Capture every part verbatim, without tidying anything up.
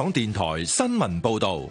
港電台新聞報道。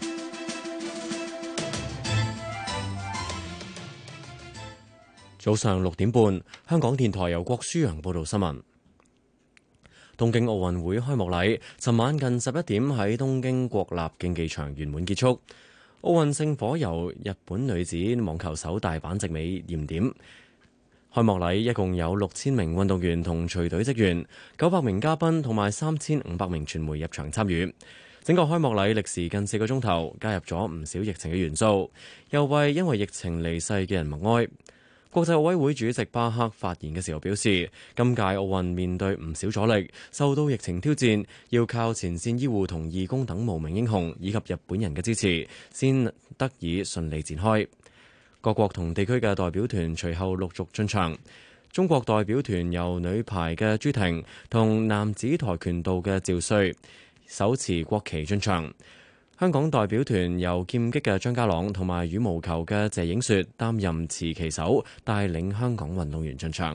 早上六點半，香港電台由郭舒揚報道新聞。東京奧運會開幕禮尋晚近十一點喺東京國立競技場圓滿結束。奧運聖火由日本女子網球手大坂直美燃點。開幕禮一共有六千名運動員同隨隊職員、九百名嘉賓同埋三千五百名傳媒入場參與。整個開幕禮歷時近四個鐘頭，加入咗唔少疫情嘅元素，又為因為疫情離世嘅人默哀。國際奧委會主席巴克發言嘅時候表示，今屆奧運面對唔少阻力，受到疫情挑戰，要靠前線醫護同義工等無名英雄以及日本人嘅支持，先得以順利展開。各國同地區嘅代表團隨後陸續進場。中國代表團由女排嘅朱婷同男子跆拳道嘅趙瑞手持國旗進場。香港代表團由劍擊嘅張家朗同埋羽毛球嘅謝影雪擔任持旗手，帶領香港運動員進場。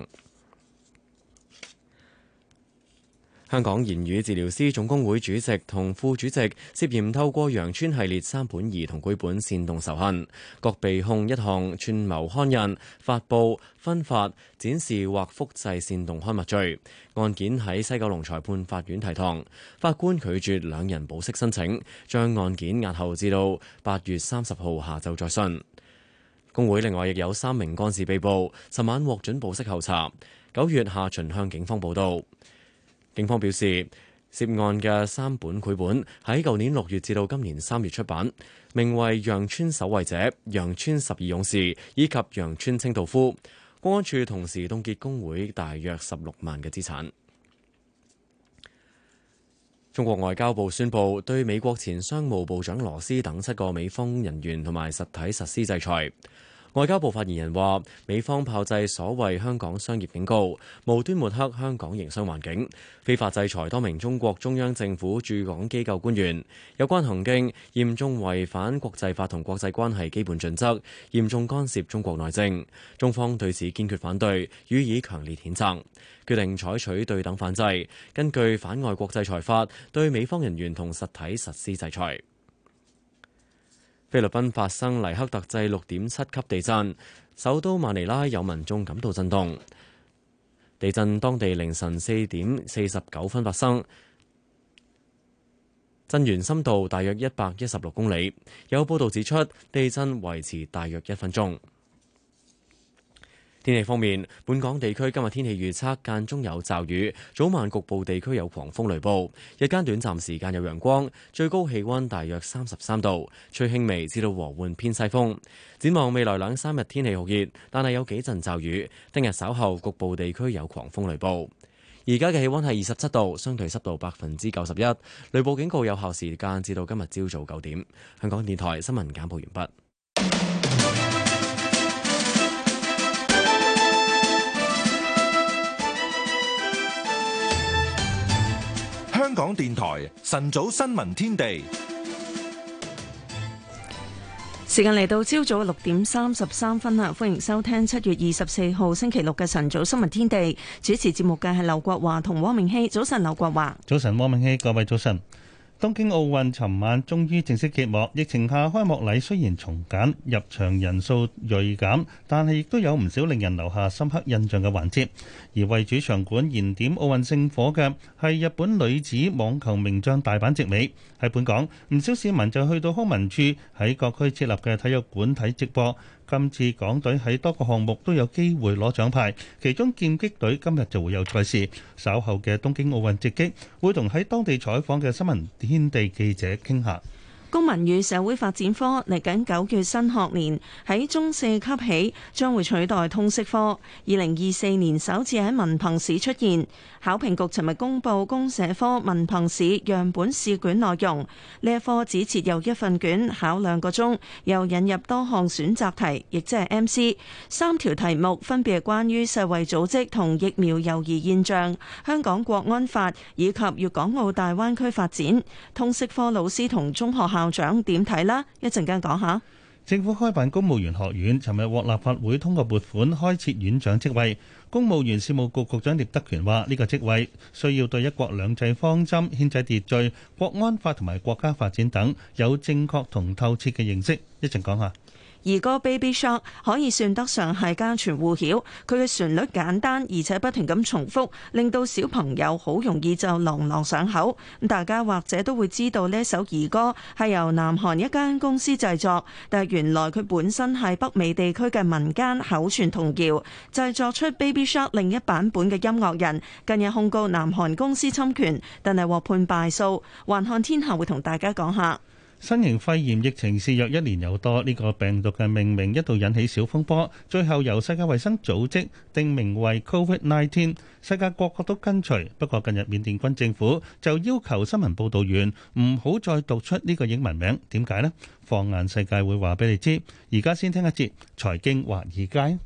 香港言語治療師總工會主席同副主席涉嫌透過羊村系列三本兒童繪本煽動仇恨，各被控一項串謀刊印、發布、分發、展示或複製煽動刊物罪。案件喺西九龍裁判法院提堂，法官拒絕兩人保釋申請，將案件押後至到八月三十號下晝再訊。工會另外亦有三名幹事被捕，尋晚獲准保釋候查，九月下旬向警方報到。警方表示，涉案嘅三本繪本喺舊年六月至到今年三月出版，名為《羊村守衛者》、《羊村十二勇士》以及《羊村清道夫》。公安處同時凍結工會大約十六萬嘅資產。中國外交部宣布對美國前商務部長羅斯等七個美方人員同埋實體實施制裁。外交部發言人話，美方炮製所謂香港商業警告，無端抹黑香港營商環境，非法制裁多名中國中央政府駐港機構官員，有關行徑嚴重違反國際法同國際關係基本準則，嚴重干涉中國內政。中方對此堅決反對，予以強烈譴責，決定採取對等反制，根據反外國制裁法對美方人員同實體實施制裁。菲律賓發生黎克特制六點七級地震，首都馬尼拉有民眾感到震動。地震當地凌晨四點四十九分發生，震源深度大約一百一十六公里。有報道指出，地震維持大約一分鐘。天氣方面，本港地區今日天氣預測間中有驟雨，早晚局部地區有狂風雷暴，日間短暫時間有陽光，最高氣溫大約三十三度，吹輕微至到和緩偏西風。展望未來兩三日天氣酷熱，但係有幾陣驟雨。聽日稍後局部地區有狂風雷暴。而家嘅氣溫係二十七度，相對濕度百分之九十一，雷暴警告有效時間至到今日朝早九點。香港電台新聞簡報完畢。 香港電台晨早新聞天地， 時間嚟到朝早六點三十三分啦，歡迎收聽七月二十四號星期六嘅晨早新聞天地。主持節目嘅係劉國華同汪明熙。早晨，劉國華。 早晨，汪明熙。各位早晨。東京奧運尋晚終於正式揭幕，疫情下開幕禮雖然從簡，入場人數銳減，但係亦都有唔少令人留下深刻印象嘅環節。而為主場館燃點奧運聖火嘅係日本女子網球名將大坂直美。喺本港，唔少市民就去到康文署喺各區設立嘅體育館睇直播。今次港隊喺多個項目都有機會攞獎牌，其中劍擊隊今日就會有賽事。稍後嘅東京奧運直擊會同喺當地採訪嘅新聞天地記者傾下。 公民與社會發展科嚟緊九月新學年喺中四級起將會取代通識科，二零二四年首次喺文憑試出現。考評局尋日公布公社科文憑試樣本試卷內容，呢一科只設有一份卷，考兩個鐘，又引入多項選擇題，亦即係 M C。三條題目分別係關於世衛組織同疫苗猶疑現象、香港國安法以及粵港澳大灣區發展。通識科老師同中學校長點睇啦？一陣間講下。 政府開辦公務員學院，尋日獲立法會通過撥款開設院長職位。 公務員事務局局長聶德權話：呢個職位需要對一國兩制方針、憲制秩序、國安法同埋國家發展等有正確同透徹嘅認識。一陣講下。 兒歌 Baby Shark 可以算得上係家傳戶曉，佢嘅旋律簡單而且不停咁重複，令到小朋友好容易就朗朗上口。大家或者都會知道呢首兒歌係由南韓一間公司製作，但係原來佢本身係北美地區嘅民間口傳童謠。製作出 Baby Shark 另一版本嘅音樂人近日控告南韓公司侵權，但係獲判敗訴。環看天下會同大家講下。 新型肺炎疫情肆虐一年有多，呢個病毒嘅命名一度引起小風波，最後由世界衛生組織定名為 Covid 十九，世界各國都跟隨。不過近日緬甸軍政府就要求新聞報導員唔好再讀出呢個英文名，點解呢？放眼世界會話俾你知。而家先聽一節財經華爾街。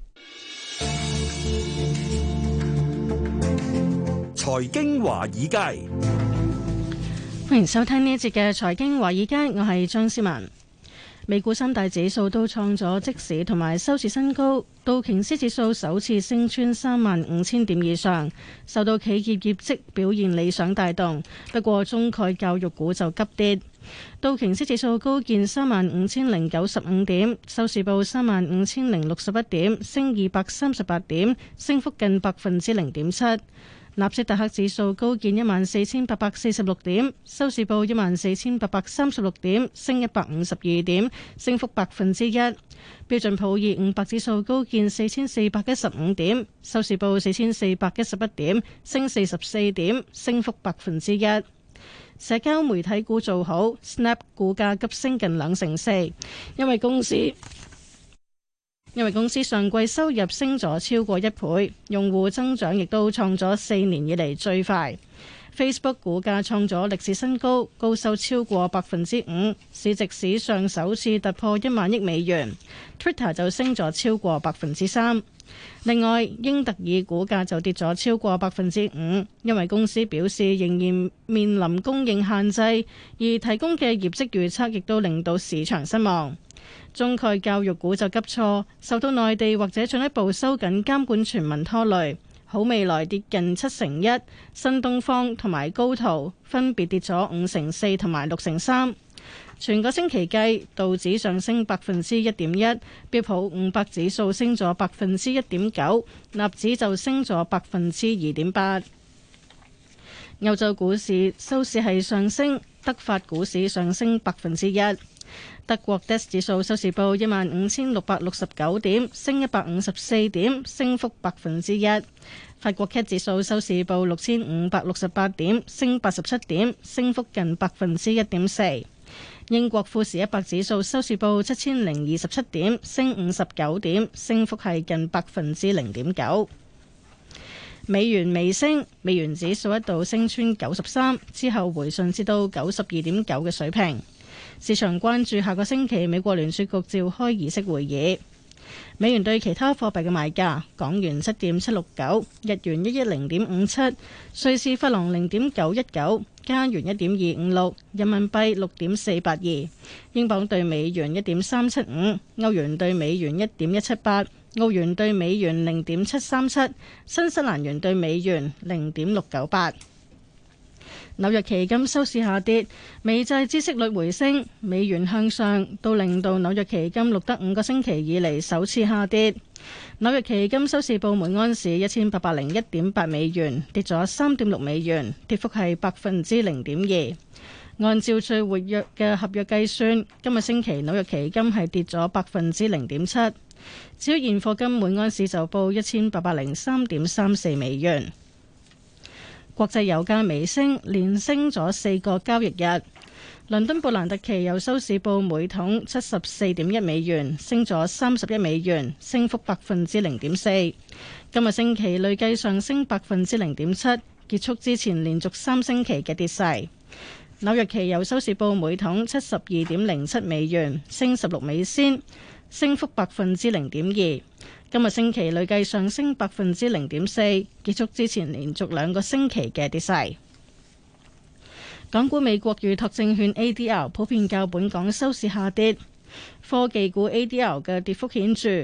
財經華爾街。 歡迎收聽呢一節嘅財經華爾街，我係張思文。美股三大指數都創咗即市同埋收市新高，道瓊斯指數首次升穿三萬五千點以上，受到企業業績表現理想帶動。不過中概教育股就急跌，道瓊斯指數高見三萬五千零九十五點，收市報三萬五千零六十一點，升二百三十八點，升幅近百分之零點七。納斯達克指數高見一萬四千八百四十六點，收市報一萬四千八百三十六點，升一百五十二點，升幅百分之一。標準普爾五百指數高見四千四百一十五點，收市報四千四百一十一點，升四十四點，升幅百分之一。社交媒體股做好 ，Snap 股價急升近兩成四，因為公司。因為公司上季收入升咗超過一倍，用戶增長亦都創咗四年以嚟最快。Facebook 股價創咗歷史新高，高收超過百分之五，市值史上首次突破一萬億美元。Twitter 就升咗超過百分之三。另外，英特爾股價就跌咗超過百分之五，因為公司表示仍然面臨供應限制，而提供嘅業績預測亦都令到市場失望。中概教育股就急挫，受到內地或者進一步收緊監管傳聞拖累。好未來跌近七成一，新東方同埋高途分別跌咗五成四同埋六成三。全個星期計，道指上升百分之一點一，標普五百指數升咗百分之一點九，納指就升咗百分之二點八。歐洲股市收市係上升，德法股市上升百分之一。德國 D A X 指數收市報一萬五千六百六十九點，升一百五十四點，升幅百分之一。法國 C A C 指數收市報六千五百六十八點，升八十七點，升幅近百分之一點四。英國富時一百指數收市報七千零二十七點，升五十九點，升幅係近百分之零點九。美元微升，美元指數一度升穿九十三，之後回順至到九十二點九嘅水平。市場關注下個星期美國聯儲局召開議息會議。美元對其他貨幣嘅賣價：港元七點七六九，日元一一零點五七，瑞士法郎零點九一九，加元一點二五六，人民幣六點四八二，英鎊對美元一點三七五，歐元對美元一點一七八，澳元對美元零點七三七，新西蘭元對美元零點六九八。紐約期金收市下跌，美債孳息率回升，美元向上，都令到紐約期金錄得五個星期以嚟首次下跌。紐約期金收市報每安士一千八百零一點八美元，跌咗三點六美元，跌幅係百分之零點二。按照最活躍嘅合約計算，今日星期紐約期金係跌咗百分之零點七。至於現貨金每安士就報一千八百零三點三四美元。國際油價微升，連升咗四個交易日。倫敦布蘭特期油收市報每桶七十四點一美元，升咗三十一美元，升幅百分之零點四。今日星期累計上升百分之零點七，結束之前連續三星期嘅跌勢。紐約期油收市報每桶七十二點零七美元，升十六美仙，升幅百分之零點二。今日星期累計上升百分之零點四，結束之前連續兩個星期嘅跌勢。港股美國預託證券 A D R 普遍較本港收市下跌，科技股 A D R 嘅跌幅顯著，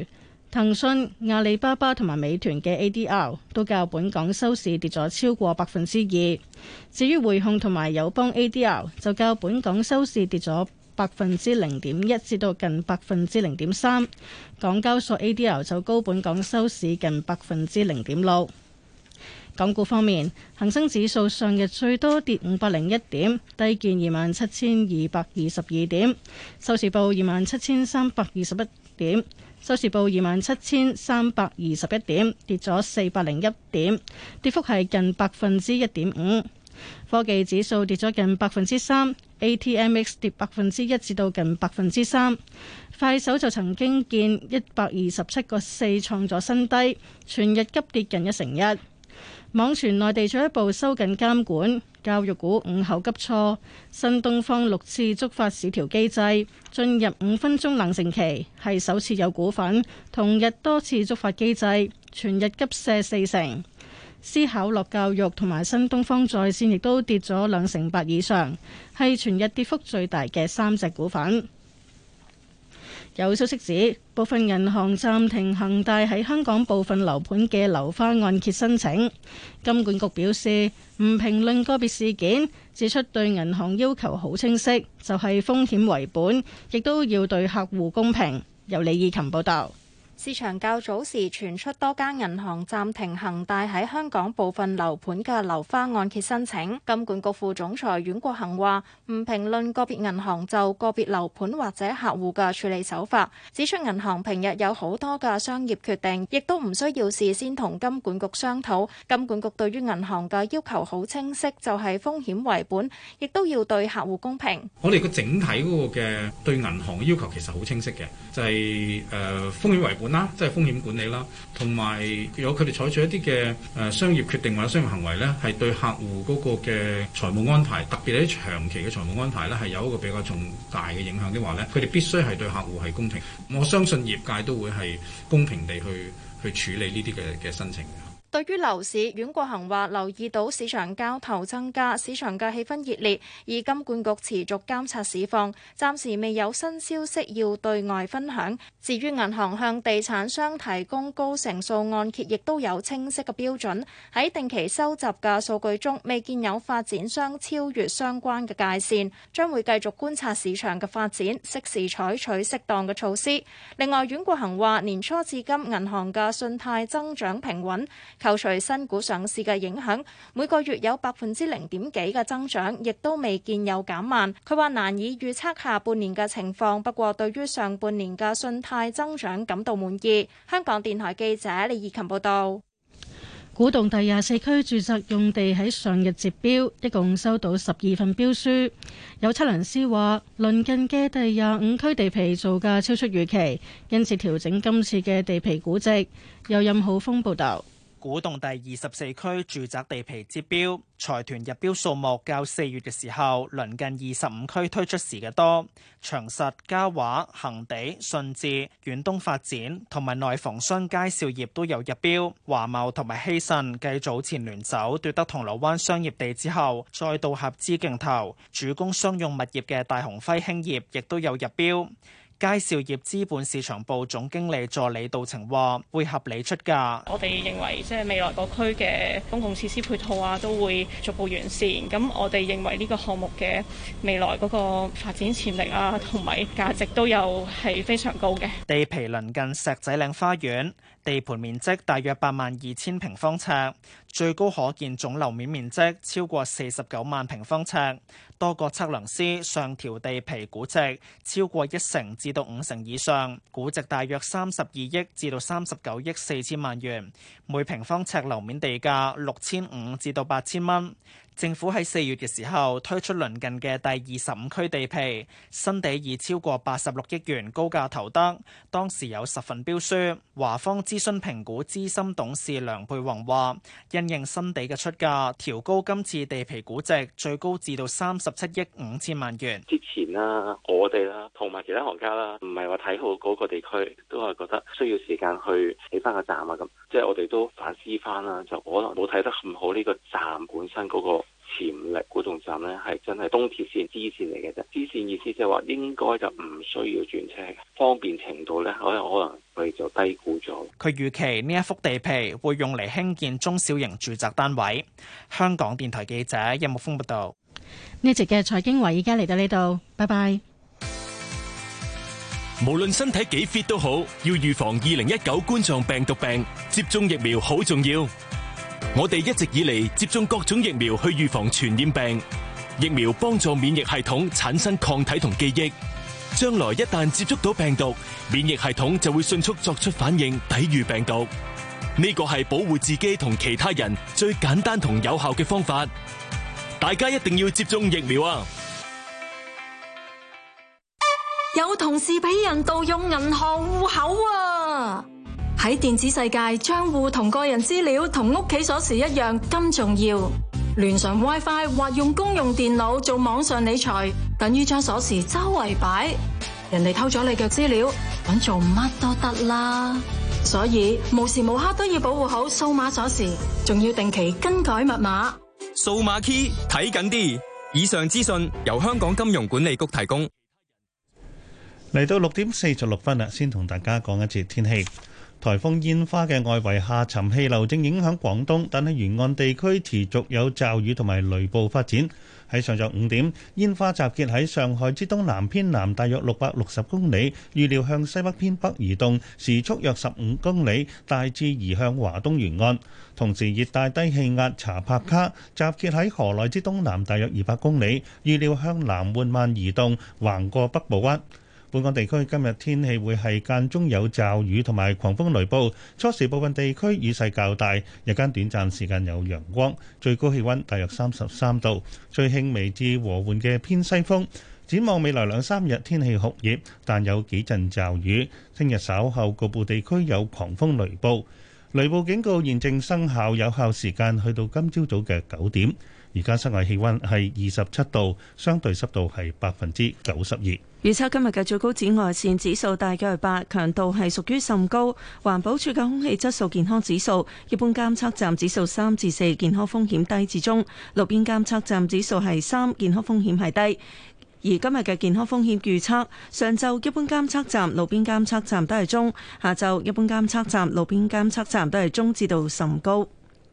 騰訊、阿里巴巴同埋美團嘅 A D R 都較本港收市跌咗超過百分之二。至於匯控同埋友邦 A D R 就較本港收市跌咗百分之零點一至到近百分之零點三。港交所 A D R 就高本港收市近百分之零點六。港股方面，恒生指數上日最多跌五百零一點，低見二萬七千二百二十二點，收市報二萬七千三百二十一點，收市報二萬七千三百二十一點，跌咗四百零一點，跌幅係近百分之一點五。科技指數跌咗近百分之三 ，A T M X 跌百分之一至到近百分之三。快手就曾經見一百二十七個四創咗新低，全日急跌近一成一。網傳內地進一步收緊監管，教育股午後急挫，新東方六次觸發市調機制，進入五分鐘冷靜期，係首次有股份同日多次觸發機制，全日急瀉四成。思考樂教育同埋新東方在線亦都跌咗兩成八以上，係全日跌幅最大嘅三隻股份。有消息指，部分銀行暫停恒大喺香港部分樓盤嘅樓花按揭申請。金管局表示唔評論個別事件，指出對銀行要求好清晰，就係風險為本，亦都要對客戶公平。由李以琴報道。 市場較早時傳出多間銀行暫停恒大喺香港部分樓盤嘅樓花按揭申請。金管局副總裁阮國恒話：唔評論個別銀行就個別樓盤或者客戶嘅處理手法，指出銀行平日有好多嘅商業決定，亦都唔需要事先同金管局商討。金管局對於銀行嘅要求好清晰，就係風險為本，亦都要對客戶公平。 我哋個整體嗰個嘅對銀行嘅要求其實好清晰嘅，就係、是、誒、呃、風險為本啦，即係風險管理啦，同埋如果佢哋採取一啲嘅誒商業決定或者商業行為咧，係對客戶嗰個嘅財務安排，特別係啲長期嘅財務安排咧，係有一個比較重大嘅影響的話咧，佢哋必須係對客戶係公平。我相信業界都會係公平地去去處理呢啲嘅嘅申請。 對於樓市，阮國恒話留意到市場交投增加，市場嘅氣氛熱烈，而金管局持續監察市況，暫時未有新消息要對外分享。至於銀行向地產商提供高成數按揭，亦都有清晰嘅標準。喺定期收集嘅數據中，未見有發展商超越相關嘅界線，將會繼續觀察市場嘅發展，適時採取適當嘅措施。另外，阮國恒話年初至今銀行嘅信貸增長平穩。扣除新股上市嘅影響，每個月有百分之零點幾嘅增長，亦都未見有減慢。佢話難以預測下半年嘅情況，不過對於上半年嘅信貸增長感到滿意。香港電台記者李怡琴報道。 古洞第廿四區住宅用地喺上日截標，一共收到十二份標書。有測量師話，鄰近嘅第廿五區地皮造價超出預期，因此調整今次嘅地皮估值。由任浩峰報道。 古洞第二十四區住宅地皮截標，財團入標數目較四月嘅時候鄰近二十五區推出時嘅多。長實、嘉華、恒地、信置、遠東發展同埋內房商佳兆業都有入標。華懋同埋希慎繼早前聯手奪得銅鑼灣商業地之後，再度合資競投主攻商用物業嘅大鴻輝興業亦都有入標。佳兆業資本市場部總經理助理杜晴話：會合理出價。 我哋認為即係未來個區嘅公共設施配套啊，都會逐步完善。咁我哋認為呢個項目嘅未來嗰個發展潛力啊，同埋價值都有係非常高嘅。 地皮鄰近石仔嶺花園，地盤面積大約八萬二千平方尺，最高可見總樓面面積超過四十九萬平方尺。多個測量師上調地皮估值超過一成至到五成以上，估值大約三十二億至到三十九億四千萬元，每平方尺樓面地價六千五至到八千蚊。政府喺四月嘅時候推出鄰近嘅第二十五區地皮，新地以超過八十六億元高價投得，當時有十份標書。華方諮詢評估資深董事梁佩宏話，因應新地嘅出價，調高今次地皮估值最高至到三十七億五千萬元。 之前啦，我哋啦，同埋其他行家啦，唔係話睇好嗰個地區，都係覺得需要時間去起翻個站啊，咁即係我哋都反思翻啦，就可能冇睇得咁好呢個站本身嗰個潛力古洞站呢係真係東鐵線支線嚟嘅啫，支線意思即係話應該就唔需要轉車嘅，方便程度呢，可能可能我哋就低估咗。 佢預期呢一幅地皮會用嚟興建中小型住宅單位。香港電台記者任木峰報道。 呢集嘅財經華爾街嚟到呢度，拜拜。 無論身體幾 fit 都好，要預防二零一九冠狀病毒病，接種疫苗好重要。我哋一直以嚟接種各種疫苗去預防傳染病，疫苗幫助免疫系統產生抗體同記憶，將來一旦接觸到病毒，免疫系統就會迅速作出反應，抵禦病毒。呢個係保護自己同其他人最簡單同有效嘅方法，大家一定要接種疫苗啊！ 有同事俾人盜用銀行戶口啊！喺電子世界，賬戶同個人資料同屋企鎖匙一樣咁重要。連上 WiFi 或用公用電腦做網上理財，等於將鎖匙周圍擺。人哋偷咗你嘅資料，搵做乜都得啦。所以無時無刻都要保護好數碼鎖匙，仲要定期更改密碼。 數碼 key 睇緊啲。以上資訊由香港金融管理局提供。 嚟到六點四十六分啦，先同大家講一節天氣。颱風煙花嘅外圍下沉氣流正影響廣東，但係沿岸地區持續有驟雨同埋雷暴發展。喺上晝五點，煙花集結喺上海之東南偏南大約六百六十公里，預料向西北偏北移動，時速約十五公里，大致移向華東沿岸。同時，熱帶低氣壓查帕卡集結喺河內之東南大約二百公里，預料向南緩慢移動，橫過北部灣。本港地區今日天氣會係間中有驟雨同埋狂風雷暴，初時部分地區雨勢較大，日間短暫時間有陽光，最高氣溫大約三十三度，吹輕微至和緩嘅偏西風。展望未來兩三日天氣酷熱，但有幾陣驟雨。聽日稍後局部地區有狂風雷暴，雷暴警告現正生效，有效時間去到今朝早嘅九點。而家室外氣溫係二十七度，相對濕度係百分之九十二。 預測今日嘅最高紫外線指數大約係八，強度係屬於甚高。環保署嘅空氣質素健康指數，一般監測站指數三至四，健康風險低至中；路邊監測站指數係三，健康風險係低。而今日嘅健康風險預測，上晝一般監測站、路邊監測站都係中；下晝一般監測站、路邊監測站都係中至到甚高。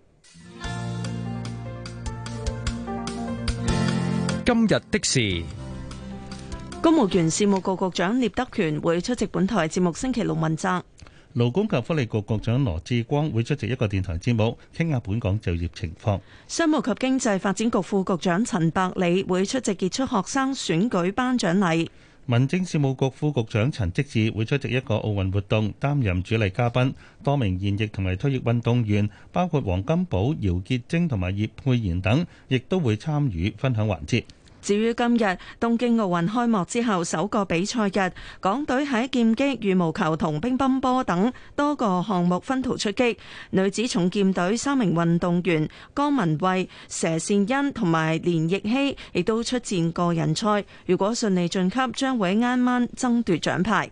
今日的事， 公務員事務局局長聶德權會出席本台節目星期六問責。 勞工及福利局局長羅致光會出席一個電台節目，傾下本港就業情況。 商務及經濟發展局副局長陳百里會出席傑出學生選舉頒獎禮。 民政事務局副局長陳積志會出席一個奧運活動，擔任主禮嘉賓。多名現役同埋退役運動員，包括黃金寶、姚潔貞同埋葉佩妍等，亦都會參與分享環節。 至於今日東京奧運開幕之後首個比賽日，港隊喺劍擊、羽毛球同乒乓波等多個項目分途出擊。女子重劍隊三名運動員江文慧、佘善恩同埋連奕希亦都出戰個人賽。如果順利晉級，將會喺挨晚爭奪獎牌。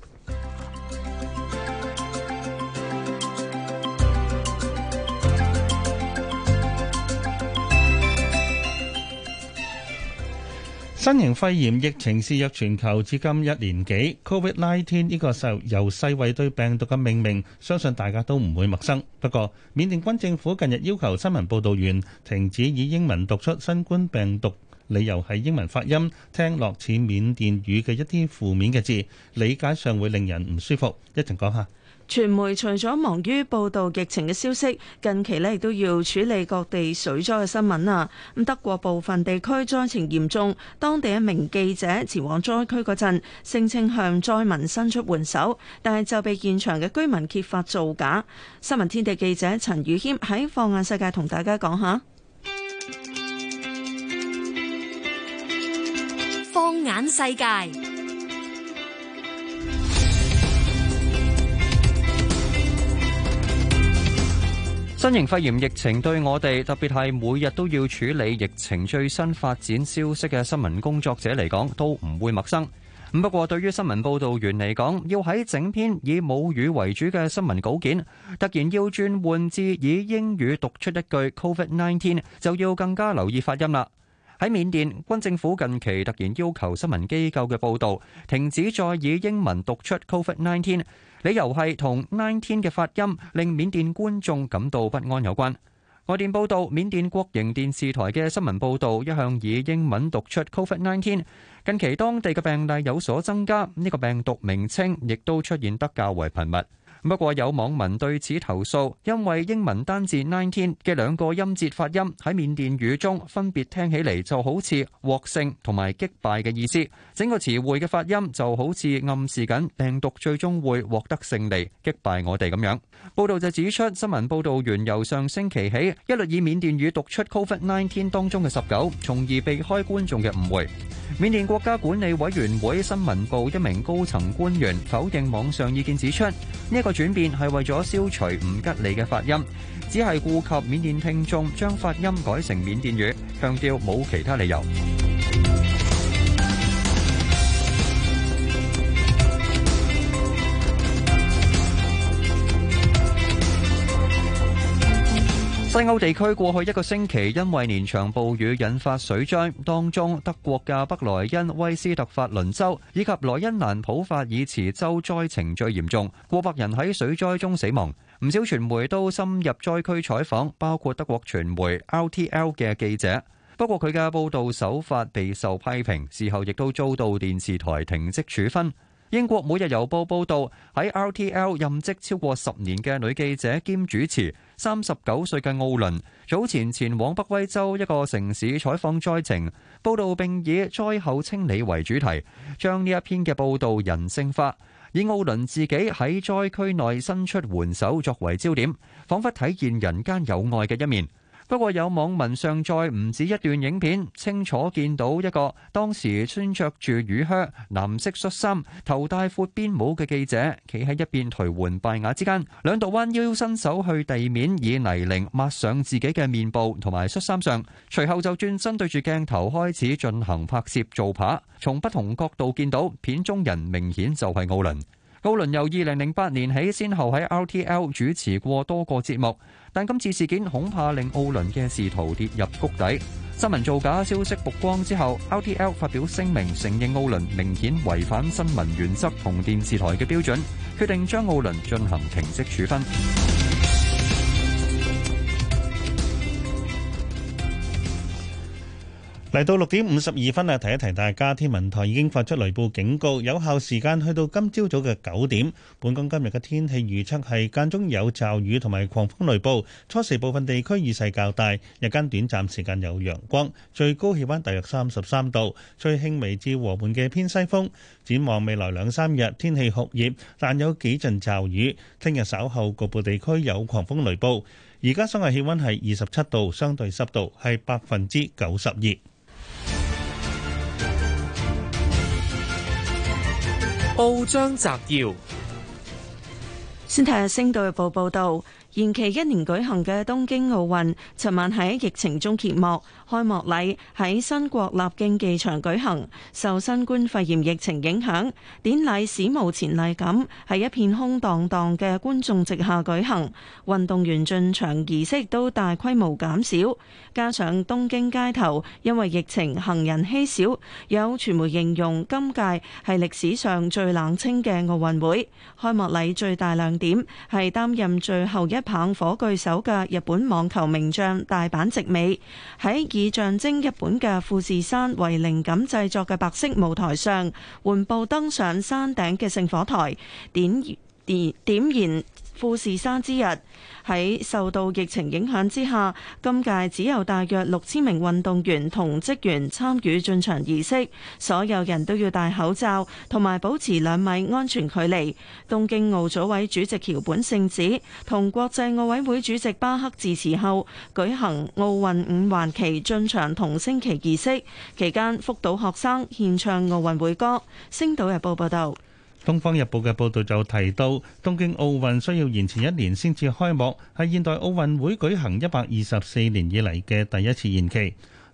新型肺炎疫情肆虐全球至今一年幾 ，Covid 十九 呢個受由世衛對病毒嘅命名，相信大家都唔會陌生。不過，緬甸軍政府近日要求新聞報導員停止以英文讀出新冠病毒，理由係英文發音聽落似緬甸語嘅一啲負面嘅字，理解上會令人唔舒服。一陣講下。 傳媒除咗忙於報導疫情嘅消息，近期呢亦都要處理各地水災嘅新聞啊！咁德國部分地區災情嚴重，當地一名記者前往災區嗰陣，聲稱向災民伸出援手，但係就被現場嘅居民揭發造假。新聞天地記者陳宇謙喺放眼世界同大家講下。 放眼世界。 新型肺炎疫情對我哋，特別係每日都要處理疫情最新發展消息嘅新聞工作者嚟講，都唔會陌生。 不過對於新聞報導員嚟講，要喺整篇以母語為主嘅新聞稿件，突然要轉換至以英語讀出一句 Covid 十九，就要更加留意發音啦。喺緬甸，軍政府近期突然要求新聞機構嘅報導停止再以英文讀出 Covid 十九，理由係同十九嘅發音令緬甸觀眾感到不安有關。外電報導，緬甸國營電視台嘅新聞報導一向以英文讀出 Covid 十九，近期當地嘅病例有所增加，呢個病毒名稱亦都出現得較為頻密。不過有網民對此投訴，因為英文單字十九嘅兩個音節發音喺緬甸語中分別聽起嚟就好似獲勝同埋擊敗嘅意思，整個詞彙嘅發音就好似暗示緊病毒最終會獲得勝利，擊敗我哋咁樣。報道就指出，新聞報導員由上星期起一律以緬甸語讀出 Covid 十九 當中嘅十九，從而避開觀眾嘅誤會。緬甸國家管理委員會新聞部一名高層官員否認網上意見，指出呢一個轉變係為咗消除唔吉利嘅發音，只係顧及緬甸聽眾將發音改成緬甸語，強調冇其他理由。西歐地區過去一個星期因為連場暴雨引發水災，當中德國嘅北萊茵威斯特法倫州以及萊茵蘭普法爾茨州災情最嚴重，過百人喺水災中死亡。唔少傳媒都深入災區採訪，包括德國傳媒 R T L 嘅記者。不過佢嘅報導手法備受批評，事後亦都遭到電視台停職處分。英國每日郵報報導，喺 R T L 任職超過十年嘅女記者兼主持，三十九歲嘅奧倫，早前前往北威州一個城市採訪災情，報導並以災後清理為主題，將呢一篇嘅報導人性化，以奧倫自己喺災區內伸出援手作為焦點，彷彿體現人間有愛嘅一面。不過有網民上載唔止一段影片，清楚見到一個當時穿着住雨靴、藍色恤衫、頭戴闊邊帽嘅記者，企喺一邊頹垣敗瓦之間，兩度彎腰伸手去地面以泥濘抹上自己嘅面部同埋恤衫上，隨後就轉身對住鏡頭開始進行拍攝做扒。從不同角度見到片中人明顯就係奧倫。奧倫由二零零八年起，先後喺 R T L 主持過多個節目，但今次事件恐怕令奧倫嘅仕途跌入谷底。新聞造假消息曝光之後 ，R T L 發表聲明承認奧倫明顯違反新聞原則同電視台嘅標準，決定將奧倫進行停職處分。 嚟到六點五十二分啊，提一提大家，天文台已經發出雷暴警告，有效時間去到今朝早嘅九點。本港今日嘅天氣預測係間中有驟雨同埋狂風雷暴，初時部分地區雨勢較大，日間短暫時間有陽光，最高氣溫大約三十三度，吹輕微至和緩嘅偏西風。展望未來兩三日天氣酷熱，但有幾陣驟雨。聽日稍後局部地區有狂風雷暴。而家室外氣溫係二十七度，相對濕度係百分之九十二。 報章摘要： 先睇下《星島日報》報道，延期一年舉行嘅東京奧運，尋晚喺疫情中揭幕。開幕禮喺新國立競技場舉行，受新冠肺炎疫情影響，典禮史無前例咁喺一片空蕩蕩嘅觀眾席下舉行，運動員進場儀式都大規模減少，加上東京街頭因為疫情行人稀少，有傳媒形容今屆係歷史上最冷清嘅奧運會。開幕禮最大亮點係擔任最後一棒火炬手嘅日本網球名將大阪直美，喺以象徵日本嘅富士山為靈感製作嘅白色舞台上，緩步登上山頂嘅聖火台，點點點燃富士山之日。喺受到疫情影響之下，今屆只有大約六千名運動員同職員參與進場儀式，所有人都要戴口罩同埋保持兩米安全距離。東京奧組委主席橋本聖子同國際奧委會主席巴克致辭後，舉行奧運五環旗進場同升旗儀式，期間福島學生獻唱奧運會歌。星島日報報道。 《東方日報》嘅報導就提到，東京奧運需要延前一年先至開幕，係現代奧運會舉行一百二十四年以嚟嘅第一次延期。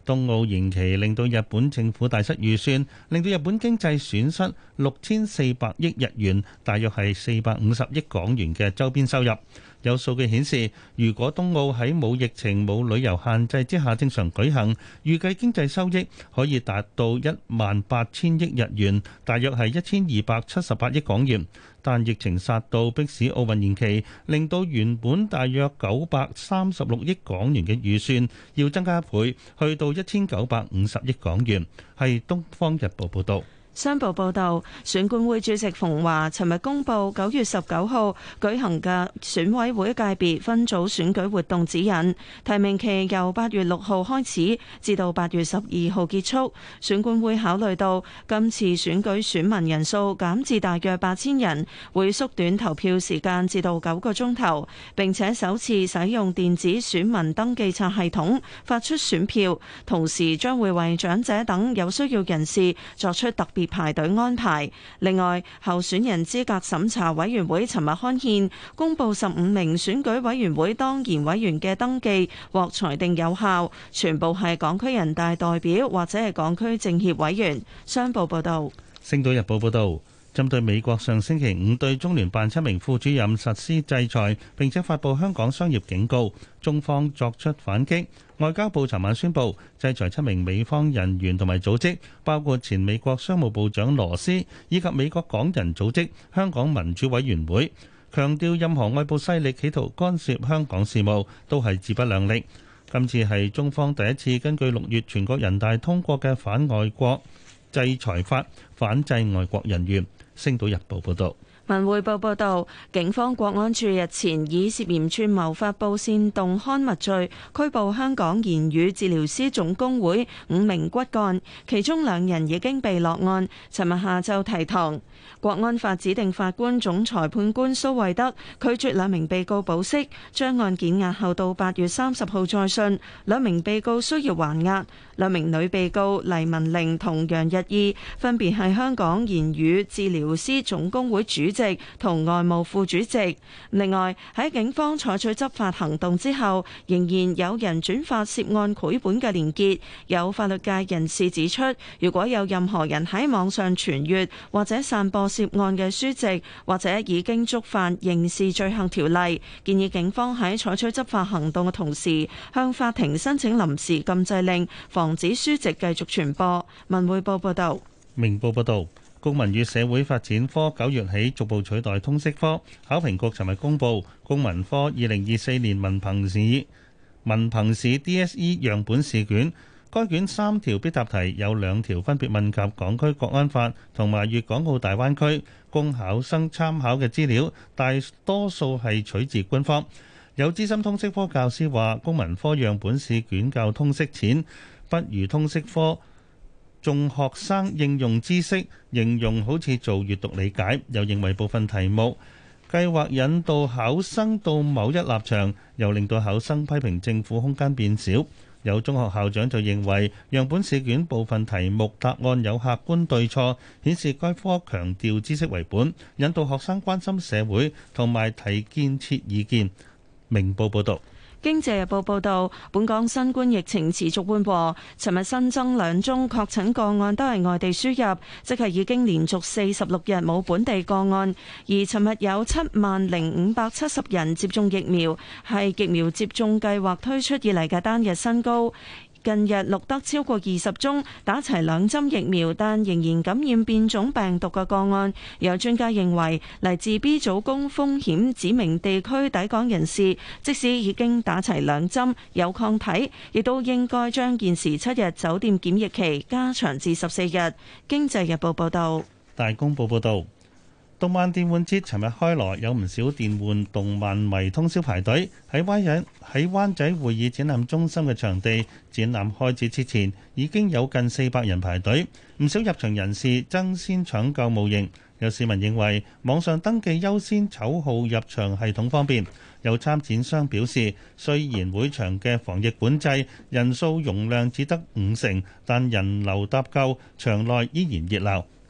東奧延期令到日本政府大失預算，令到日本經濟損失六千四百億日元，大約係四百五十億港元嘅周邊收入。有數據顯示，如果東奧喺冇疫情、冇旅遊限制之下正常舉行，預計經濟收益可以達到一萬八千億日元，大約係一千二百七十八億港元。但疫情殺到，迫使奧運延期，令到原本大約九百三十六億港元嘅預算要增加一倍，去到一千九百五十億港元。係《東方日報》報導。 商報報導，選管會主席馮華尋日公布九月十九號舉行嘅選委會界別分組選舉活動指引，提名期由八月六號開始至到八月十二號結束。選管會考慮到今次選舉選民人數減至大約八千人，會縮短投票時間至到九個鐘頭，並且首次使用電子選民登記冊系統發出選票，同時將會為長者等有需要人士作出特別排隊安排。另外，候選人資格審查委員會尋日刊憲公布十五名選舉委員會當然委員嘅登記獲裁定有效，全部係港區人大代表或者係港區政協委員。商報報道。 星島日報報道，針對美國上星期五對中聯辦七名副主任實施制裁，並且發布香港商業警告，中方作出反擊。外交部尋晚宣布制裁七名美方人員同埋組織，包括前美國商務部長羅斯以及美國港人組織香港民主委員會，強調任何外部勢力企圖干涉香港事務都係自不量力。今次係中方第一次根據六月全國人大通過嘅反外國制裁法反制外國人員。星島日報報道。 文匯報報道，警方國安處日前以涉嫌串謀發布煽動刊物罪拘捕香港言語治療師總工會五名骨幹，其中兩人已經被落案，尋日下晝提堂。國安法指定法官總裁判官蘇惠德拒絕兩名被告保釋，將案件押後到八月三十號再訊。兩名被告需要還押。兩名女被告黎文玲同楊日意分別係香港言語治療師總工會主席同外務副主席。另外，喺警方採取執法行動之後，仍然有人轉發涉案繪本嘅連結。有法律界人士指出，如果有任何人喺網上傳閱或者散播涉案嘅書籍，或者已經觸犯刑事罪行條例，建議警方喺採取執法行動嘅同時，向法庭申請臨時禁制令，防止書籍繼續傳播。文匯報報道。 明報報道，公民與社會發展科九月起逐步取代通識科。考評局尋日公布公民科二零二四年文憑試文憑試 D S E 樣本試卷，該卷三條必答題有兩條分別問及港區國安法同埋粵港澳大灣區，供考生參考嘅資料大多數係取自官方。有資深通識科教師話，公民科樣本試卷較通識淺，不如通識科重學生應用知識，形容好似做閱讀理解。又認為部分題目計劃引導考生到某一立場，又令到考生批評政府空間變小。有中學校長就認為樣本試卷部分題目答案有客觀對錯，顯示該科強調知識為本，引導學生關心社會同埋提建設意見。明報報道。 經濟日報報導，本港新冠疫情持續緩和，尋日新增兩宗確診個案都係外地輸入，即係已經連續四十六日冇本地個案。而尋日有七萬零五百七十人接種疫苗，係疫苗接種計劃推出以嚟嘅單日新高。近日錄得超過二十宗打齊兩針疫苗但仍然感染變種病毒嘅個案。有專家認為，嚟自 B 組高風險指明地區抵港人士，即使已經打齊兩針有抗體，亦都應該將現時七日酒店檢疫期加長至十四日。經濟日報報道。 大公報報導。動漫電玩節尋日開鑼，有唔少電玩動漫迷通宵排隊喺灣仔喺灣仔會議展覽中心嘅場地。展覽開始之前已經有近四百人排隊，唔少入場人士爭先搶購模型。有市民認為網上登記優先籌號入場系統方便。有參展商表示，雖然會場嘅防疫管制，人數容量只得五成，但人流搭夠，場內依然熱鬧。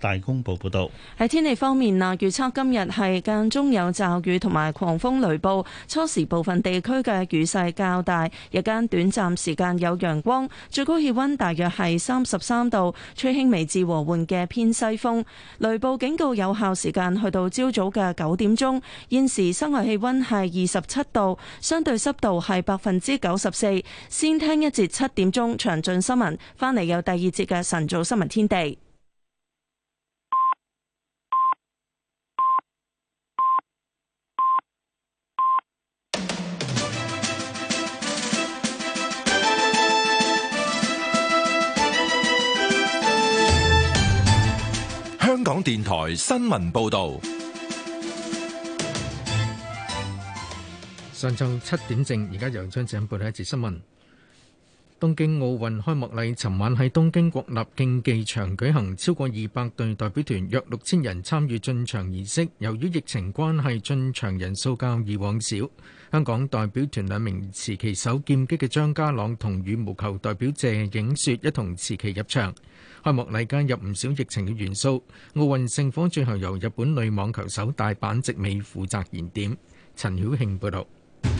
大公報報導。 喺天氣方面啊，預測今日係間中有驟雨同埋狂風雷暴，初時部分地區嘅雨勢較大，日間短暫時間有陽光，最高氣溫大約係三十三度，吹輕微至和緩嘅偏西風。雷暴警告有效時間去到朝早嘅九點鐘。現時室外氣溫係二十七度，相對濕度係百分之九十四。先聽一節七點鐘詳盡新聞，翻嚟有第二節嘅晨早新聞天地。 香港電台新聞報道。 上晝七點正，而家由張子欣報道一節新聞。東京奧運開幕禮尋晚喺東京國立競技場舉行，超過二百隊代表團約六千人參與進場儀式。由於疫情關係，進場人數較以往少。香港代表團兩名持旗手劍擊嘅張家朗同羽毛球代表謝影雪一同持旗入場。開幕禮加入唔少疫情嘅元素。奧運聖火最後由日本女網球手大坂直美負責燃點。陳曉慶報導。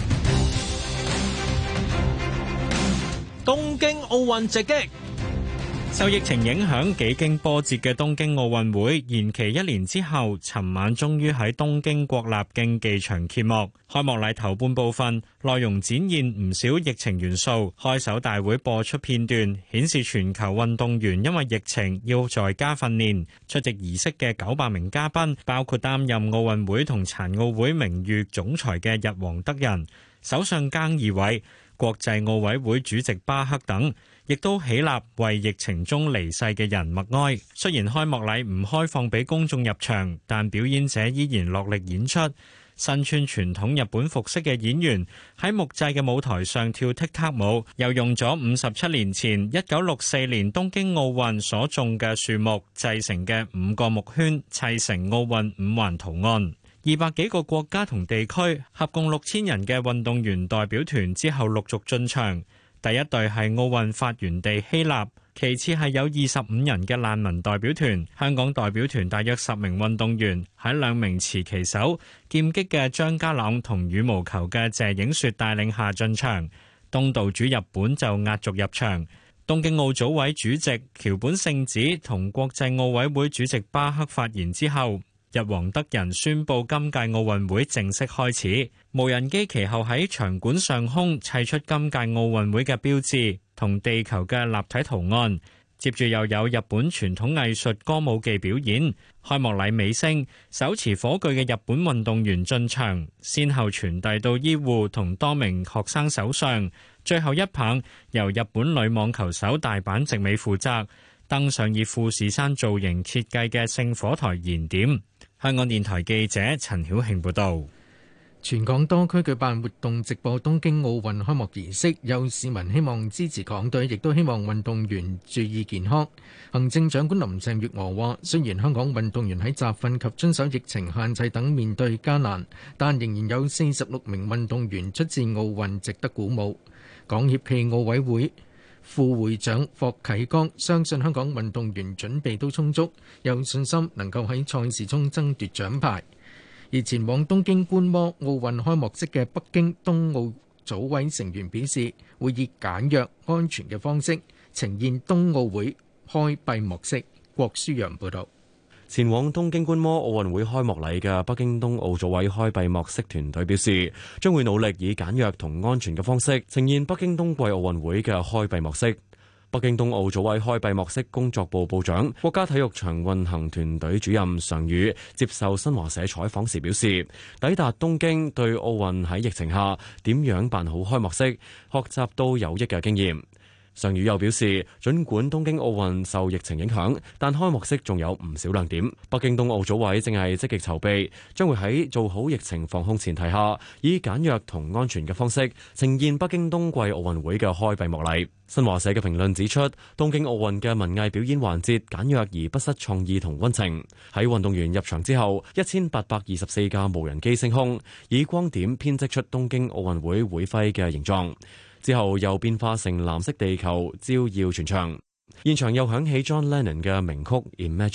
東京奧運直擊。受疫情影響，幾經波折嘅東京奧運會延期一年之後，尋晚終於喺東京國立競技場揭幕。開幕禮頭半部分內容展現唔少疫情元素。開手大會播出片段，顯示全球運動員因為疫情要在家訓練。出席儀式嘅九百名嘉賓，包括擔任奧運會同殘奧會名譽總裁嘅日皇德仁、首相菅義偉、國際奧委會主席巴克等，亦都起立為疫情中離世嘅人默哀。雖然開幕禮唔開放俾公眾入場，但表演者依然落力演出。身穿傳統日本服飾嘅演員喺木製嘅舞台上跳踢踏舞，又用咗五十七年前一九六四年東京奧運所種嘅樹木製成嘅五個木圈，砌成奧運五環圖案。二百幾個國家同地區合共六千人嘅運動員代表團之後陸續進場。第一隊係奧運發源地希臘，其次係有二十五人嘅難民代表團。香港代表團大約十名運動員喺兩名持旗手劍擊嘅張家朗同羽毛球嘅謝影雪帶領下進場。東道主日本就壓軸入場。東京奧組委主席橋本聖子同國際奧委會主席巴克發言之後，日皇德仁宣布今屆奧運會正式開始。無人機其後喺場館上空砌出今屆奧運會嘅標誌同地球嘅立體圖案。接住又有日本傳統藝術歌舞伎表演。開幕禮尾聲，手持火炬嘅日本運動員進場，先後傳遞到醫護同多名學生手上。最後一棒由日本女網球手大坂直美負責，登上以富士山造型設計嘅聖火台燃點。香港電台記者陳曉慶報道。 全港多區舉辦活動直播東京奧運開幕儀式，有市民希望支持港隊，亦都希望運動員注意健康。行政長官林鄭月娥話，雖然香港運動員喺集訓及遵守疫情限制等面對艱難，但仍然有四十六名運動員出戰奧運，值得鼓舞。港協暨奧委會副會長霍啟剛相信香港運動員準備都充足，有信心能夠喺賽事中爭奪獎牌。而前往東京觀摩奧運開幕式嘅北京冬奧組委成員表示，會以簡約安全嘅方式呈現冬奧會開閉幕式。郭舒陽報導。 前往東京觀摩奧運會開幕禮嘅北京冬奧組委開閉幕式團隊表示，將會努力以簡約同安全嘅方式呈現北京冬季奧運會嘅開閉幕式。北京冬奧組委開閉幕式工作部部長、國家體育場運行團隊主任常宇接受新華社採訪時表示，抵達東京對奧運喺疫情下點樣辦好開幕式，學習到有益嘅經驗。常宇又表示，儘管東京奧運受疫情影響，但開幕式仲有唔少亮點。北京冬奧組委正係積極籌備，將會喺做好疫情防控前提下，以簡約同安全嘅方式呈現北京冬季奧運會嘅開閉幕禮。新華社嘅評論指出，東京奧運嘅文藝表演環節簡約而不失創意同溫情。喺運動員入場之後，一千八百二十四架無人機升空，以光點編織出東京奧運會會徽嘅形狀。之後又變化成藍色地球照耀全場，現場又響起 John Lennon 嘅名曲 Imagine。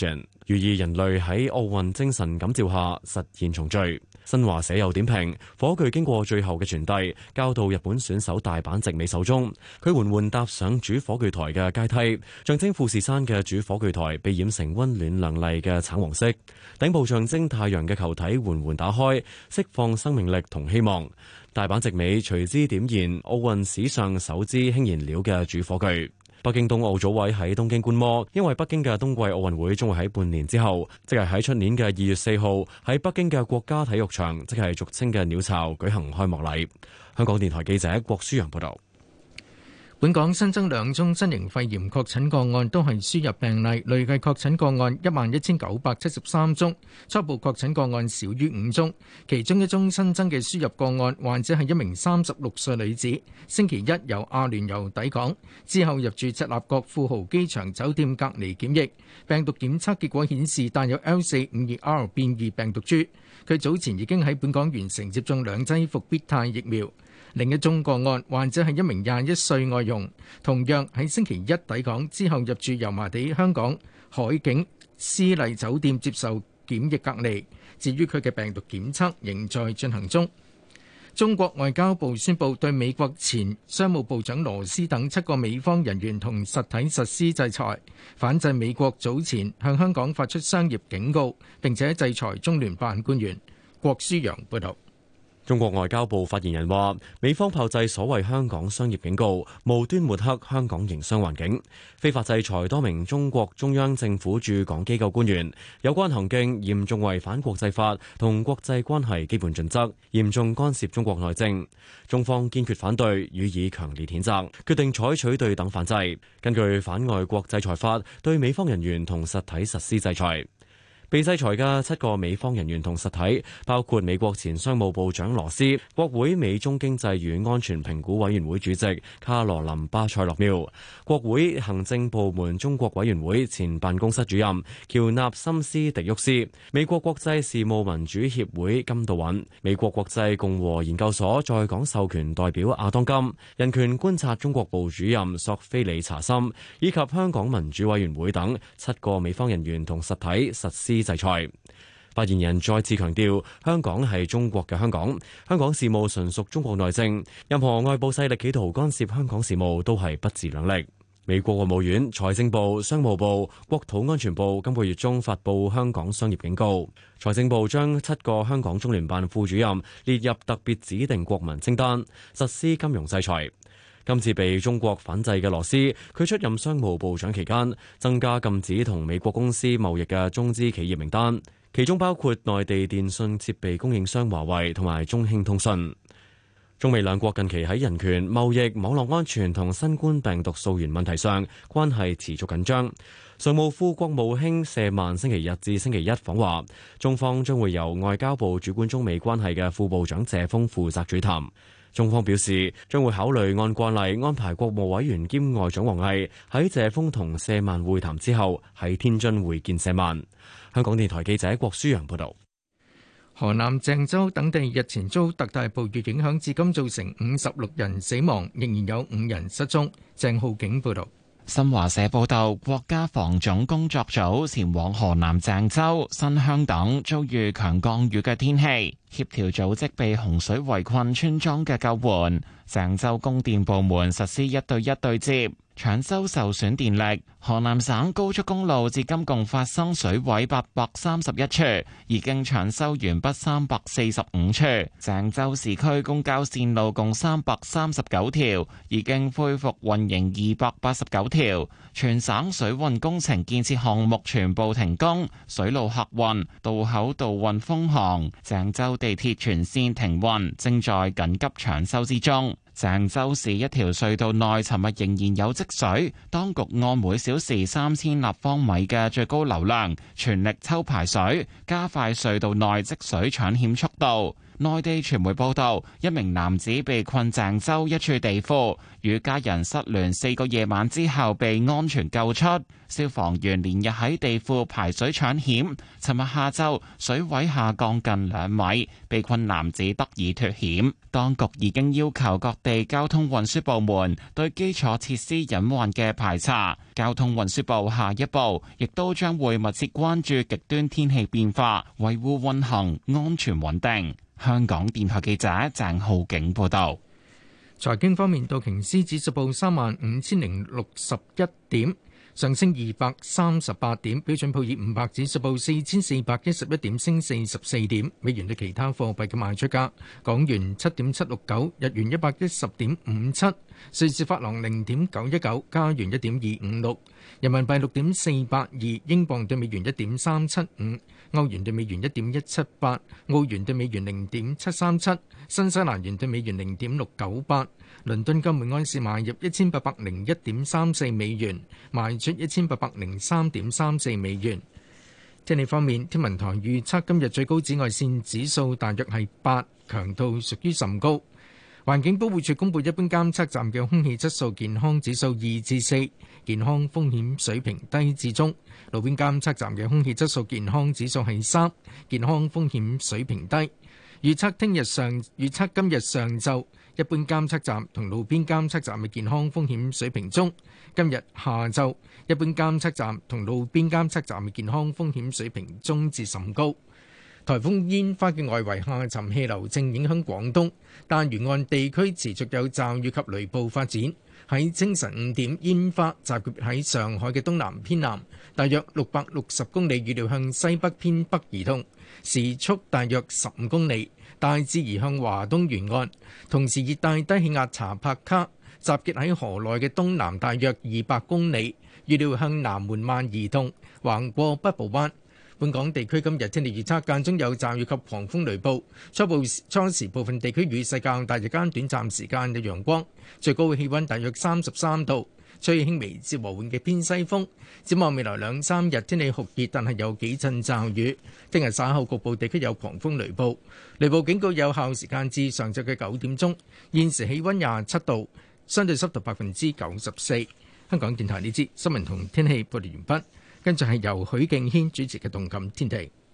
寓意人類喺奧運精神感召下實現重聚。新華社又點評，火炬經過最後嘅傳遞，交到日本選手大阪直美手中。佢緩緩踏上主火炬台嘅階梯，象徵富士山嘅主火炬台被染成溫暖亮麗嘅橙黃色，頂部象徵太陽嘅球體緩緩打開，釋放生命力同希望。大阪直美隨之點燃奧運史上首支氫燃料嘅主火炬。北京冬奧組委喺東京觀摩，因為北京嘅冬季奧運會將會喺半年之後，即係喺出年嘅二月四號喺北京嘅國家體育場，即係俗稱嘅鳥巢舉行開幕禮。香港電台記者郭舒陽報道。 本港新增兩宗新型肺炎確診個案，都係輸入病例，累計確診個案一萬一千九百七十三宗，初步確診個案少於五宗。其中一宗新增嘅輸入個案，患者係一名三十六歲女子，星期一由阿聯酋抵港，之後入住赤鱲角富豪機場酒店隔離檢疫，病毒檢測結果顯示帶有 L 四五二 R 變異病毒株。佢早前已經喺本港完成接種兩劑復必泰疫苗。另一宗個案，患者係一名廿一歲外傭，同樣喺星期一抵港之後入住油麻地香港海景絲麗酒店接受檢疫隔離。至於佢嘅病毒檢測仍在進行中。中國外交部宣布對美國前商務部長羅斯等七個美方人員同實體實施制裁，反制美國早前向香港發出商業警告，並且制裁中聯辦官員。郭舒陽報導。 中國外交部發言人話，美方炮製所謂香港商業警告，無端抹黑香港營商環境，非法制裁多名中國中央政府駐港機構官員，有關行徑嚴重違反國際法同國際關係基本準則，嚴重干涉中國內政。中方堅決反對，予以強烈譴責，決定採取對等反制，根據反外國制裁法對美方人員同實體實施制裁。被制裁嘅七個美方人員同實體，包括美國前商務部長羅斯、國會美中經濟與安全評估委員會主席卡羅琳巴塞洛繆、國會行政部門中國委員會前辦公室主任喬納森斯迪沃斯、美國國際事務民主協會金道允、美國國際共和研究所在港授權代表阿當金、人權觀察中國部主任索菲里查森以及香港民主委員會等七個美方人員同實體實施制裁。發言人再次強調，香港係中國嘅香港，香港事務純屬中國內政，任何外部勢力企圖干涉香港事務都係不自量力。美國國務院、財政部、商務部、國土安全部今個月中發布香港商業警告，財政部將七個香港中聯辦副主任列入特別指定國民清單，實施金融制裁。今次被中國反制嘅羅斯，佢出任商務部長期間，增加禁止同美國公司貿易嘅中資企業名單，其中包括內地電信設備供應商華為同埋中興通訊。中美兩國近期喺人權、貿易、網絡安全同新冠病毒溯源問題上關係持續緊張。常務副國務卿謝曼星期日至星期一訪華，中方將會由外交部主管中美關係嘅副部長謝鋒負責主談。中方表示將會考慮按慣例安排國務委員兼外長王毅喺謝鋒同謝曼會談之後喺天津會見謝曼。香港電台記者郭舒陽報道。 河南鄭州等地日前遭特大暴雨影響，至今造成五十六人死亡，仍然有五人失蹤。鄭浩景報道。 新華社報道，國家防總工作組前往河南鄭州、新鄉等遭遇強降雨嘅天氣，協調組織被洪水圍困村莊嘅救援。鄭州供電部門實施一對一對接，搶修受損電力。河南省高速公路至今共發生水位八百三十一處，已經搶修完畢三百四十五處。鄭州市區公交線路共三百三十九條，已經恢復運營二百八十九條。全省水運工程建設項目全部停工，水路客運、渡口渡運封航。鄭州地鐵全線停運，正在緊急搶修之中。鄭州市一條隧道內尋日仍然有積水，當局按每小時三千立方米嘅最高流量，全力抽排水，加快隧道內積水搶險速度。內地傳媒報道，一名男子被困鄭州一處地庫，與家人失聯四個夜晚之後被安全救出。消防員連日喺地庫排水搶險，尋日下晝水位下降近兩米，被困男子得以脫險。當局已經要求各地地交通運輸部門對基礎設施隱患嘅排查。交通運輸部下一步亦都將會密切關注極端天氣變化，維護運行安全穩定。香港電台記者鄭浩景報道。 財經方面，道瓊斯指數報三萬五千零六十一點，上升二百三十八點。標準普爾五百指數報四千四百一十一點，升四十四點。美元對其他貨幣嘅賣出價：港元七點七六九，日元一百一十點五七，瑞士法郎零點九一九，加元一點二五六，人民幣六點四八二，英鎊對美元一點三七五，歐元對美元一點一七八，澳元對美元零點七三七，新西蘭元對美元零點六九八。倫敦金每安士買入一千八百零一點三四美元，賣出一千八百零三點三四美元。天氣方面，天文台預測今日最高紫外線指數大約係八，強度屬於甚高。環境保護署公布一般監測站嘅空氣質素健康指數二至四，健康風險水平低至中；路邊監測站嘅空氣質素健康指數係三，健康風險水平低。預測聽日上預測今日上晝，一般監測站同路邊監測站嘅健康風險水平中。今日下晝，一般監測站同路邊監測站嘅健康風險水平中至甚高。颱風煙花嘅外圍下沉氣流正影響廣東，但沿岸地區持續有驟雨及雷暴發展。喺清晨五點，煙花集結喺上海嘅東南偏南，大約六百六十公里，預料向西北偏北移動，時速大約十五公里，大致移向華東沿岸。同時，熱帶低氣壓查帕卡集結喺河內嘅東南，大約二百公里，預料向南緩慢移動，橫過北部灣。本港地區今日天氣預測，間中有驟雨及狂風雷暴，初步初時部分地區雨勢較大，日間短暫時間有陽光，最高氣溫大約三十三度，吹輕微至和緩嘅偏西風。展望未來兩三日天氣酷熱，但係有幾陣驟雨。聽日稍後局部地區有狂風雷暴，雷暴警告有效時間至上晝嘅九點鐘。現時氣溫廿七度，相對濕度百分之九十四。香港電台呢節新聞同天氣報道完畢。跟住係由許敬軒主持嘅《動感天地》。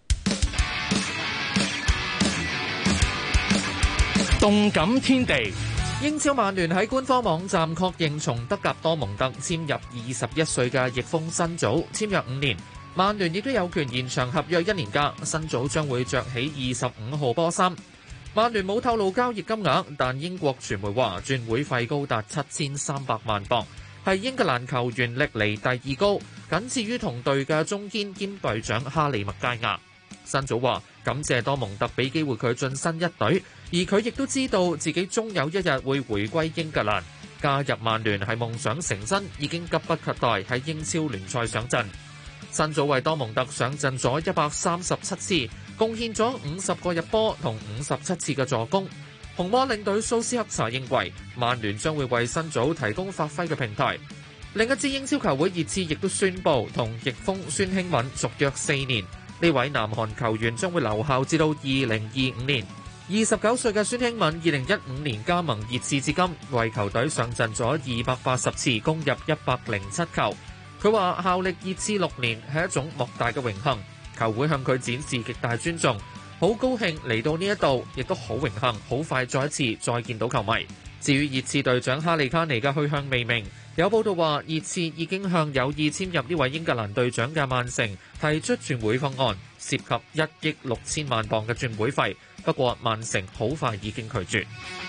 動感天地，英超曼聯喺官方網站確認從德甲多蒙特簽入二十一歲嘅翼鋒辛祖，簽約五年。曼聯亦都有權延長合約一年㗎，辛祖將會着起二十五號波衫。曼聯冇透露交易金額，但英國傳媒話轉會費高達七千三百萬鎊。係英格蘭球員歷嚟第二高，僅次於同隊嘅中堅兼隊長哈利麥加亞。辛祖話感謝多蒙特俾機會佢晉身一隊，而佢亦都知道自己終有一日會回歸英格蘭。加入曼聯係夢想成真，已經急不及待喺英超聯賽上陣。辛祖為多蒙特上陣咗一百三十七次，貢獻咗五十個入波同五十七次嘅助攻。紅魔領隊蘇斯克查認為，曼聯將會為辛祖提供發揮嘅平台。另一支英超球會熱刺亦都宣布同翼鋒孫興敏續約四年，呢位南韓球員將會留校至到二零二五年。二十九歲嘅孫興敏，二零一五年加盟熱刺至今，為球隊上陣咗二百八十次，攻入一百零七球。佢話效力熱刺六年係一種莫大嘅榮幸，球會向佢展示極大尊重。好高興嚟到呢一度，亦都好榮幸，好快再一次再見到球迷。至於熱刺隊長哈利卡尼嘅去向未明，有報道話熱刺已經向有意簽入呢位英格蘭隊長嘅曼城提出轉會方案，涉及一億六千萬鎊嘅轉會費，不過曼城好快已經拒絕。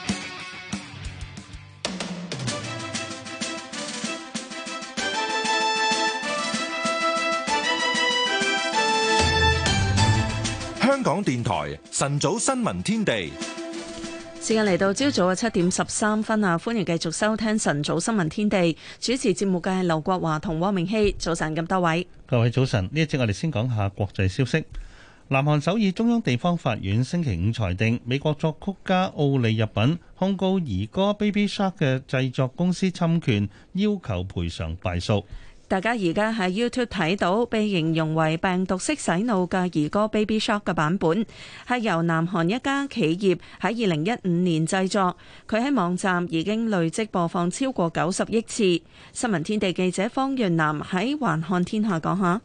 香港電台晨早新聞天地， 時間嚟到朝早嘅七點十三分啊！歡迎繼續收聽晨早新聞天地，主持節目嘅係劉國華同汪明熙。早晨咁多位， 各位早晨。呢一節我哋先講下國際消息。南韓首爾中央地方法院星期五裁定，美國作曲家奧利入稟控告兒歌 Baby Shark 嘅製作公司侵權，要求賠償敗訴。 大家而家喺 YouTube 睇到被形容為病毒式洗腦嘅兒歌 Baby Shark 嘅版本，係由南韓一家企業喺二零一五年製作。佢喺網站已經累積播放超過九十億次。新聞天地記者方潤南喺環看天下講下。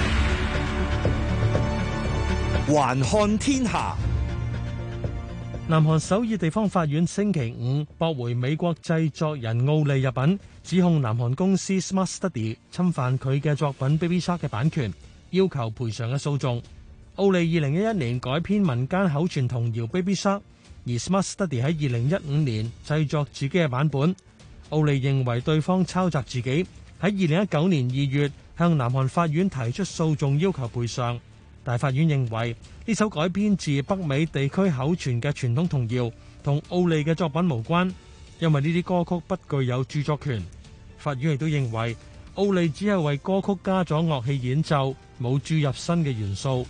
環看天下。 南韓首爾地方法院星期五駁回美國製作人奧利入稟，指控南韓公司 Smart Study 侵犯佢嘅作品 Baby Shark 嘅版權，要求賠償嘅訴訟。奧利二零一一年改編民間口傳童謠 Baby Shark， 而 Smart Study 喺二零一五年製作自己嘅版本。奧利認為對方抄襲自己，喺二零一九年二月向南韓法院提出訴訟要求賠償。大法院認為呢首改編自北美地區口傳嘅傳統童謠同奧利嘅作品無關，因為呢啲歌曲不具有著作權。法院亦都認為奧利只係為歌曲加咗樂器演奏，冇注入新嘅元素。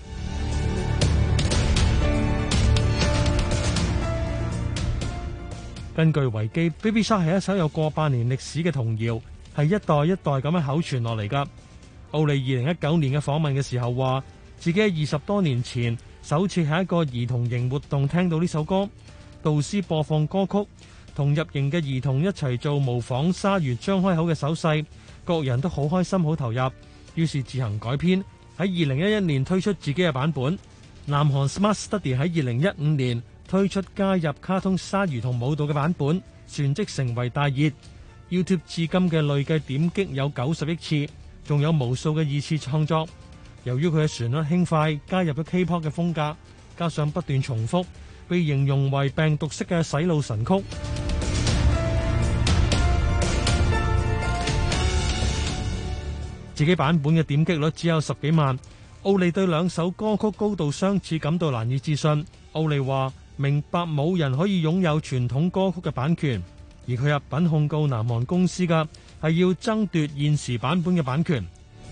根據維基 ，Baby Shark 係一首有過百年歷史嘅童謠，係一代一代咁樣口傳落嚟㗎。奧利二零一九年嘅訪問嘅時候話，自己喺二十多年前首次喺一個兒童營活動聽到呢首歌，導師播放歌曲，同入營嘅兒童一齊做模仿鯊魚張開口嘅手勢，各人都好開心好投入，於是自行改編，喺二零一一年推出自己嘅版本。南韓 Smart Study 喺二零一五年推出加入卡通鯊魚同舞蹈嘅版本，旋即成為大熱。YouTube 至今嘅累計點擊有九十億次，仲有無數嘅二次創作。由於佢嘅旋律輕快，加入咗 K-pop 嘅風格，加上不斷重複，被形容為病毒式嘅洗腦神曲。自己版本嘅點擊率只有十幾萬。奧利對兩首歌曲高度相似感到難以置信。奧利話明白冇人可以擁有傳統歌曲嘅版權，而佢入稟控告南韓公司嘅係要爭奪現時版本嘅版權。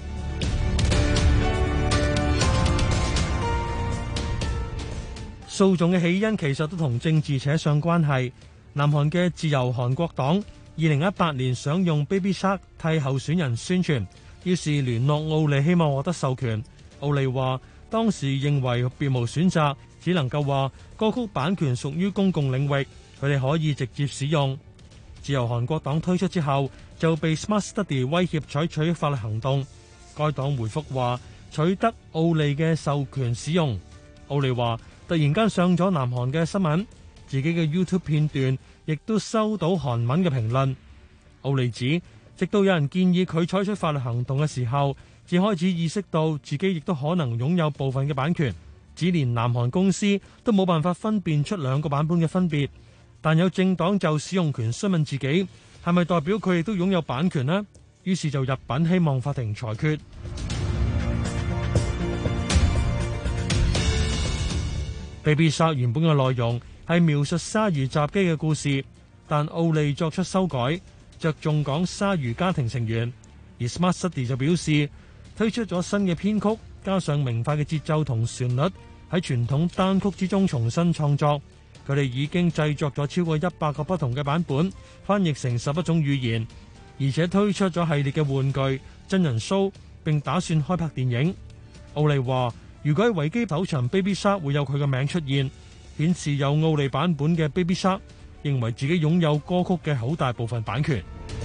訴訟嘅起因其實都同政治扯上關係。南韓嘅自由韓國黨二零一八年想用 Baby Shark 替候選人宣傳，於是聯絡奧利希望獲得授權。奧利話當時認為別無選擇，只能夠話歌曲版權屬於公共領域，佢哋可以直接使用。自由韓國黨推出之後就被 Smart Study 威脅採取法律行動。該黨回覆話取得奧利嘅授權使用。奧利話突然間上咗南韓嘅新聞，自己嘅 YouTube 片段亦都收到韓文嘅評論。奧利指，直到有人建議佢採取法律行動嘅時候，至開始意識到自己亦都可能擁有部分嘅版權。只連南韓公司都冇辦法分辨出兩個版本嘅分別，但有政黨就使用權詢問自己係咪代表佢哋都擁有版權呢？於是就入稟希望法庭裁決。Baby Shark 原本嘅內容係描述鯊魚襲擊嘅故事，但奧利作出修改，着重講鯊魚家庭成員。而 Smart Study 就表示推出咗新嘅編曲，加上明快嘅節奏同旋律，喺傳統單曲之中重新創作。佢哋已經製作咗超過一百個不同嘅版本，翻譯成十一種語言，而且推出咗系列嘅玩具、真人 show， 並打算開拍電影。奧利話如果喺維基搜尋 Baby Shark 會有佢嘅名出現，顯示有奧利版本嘅 Baby Shark， 認為自己擁有歌曲嘅好大部分版權。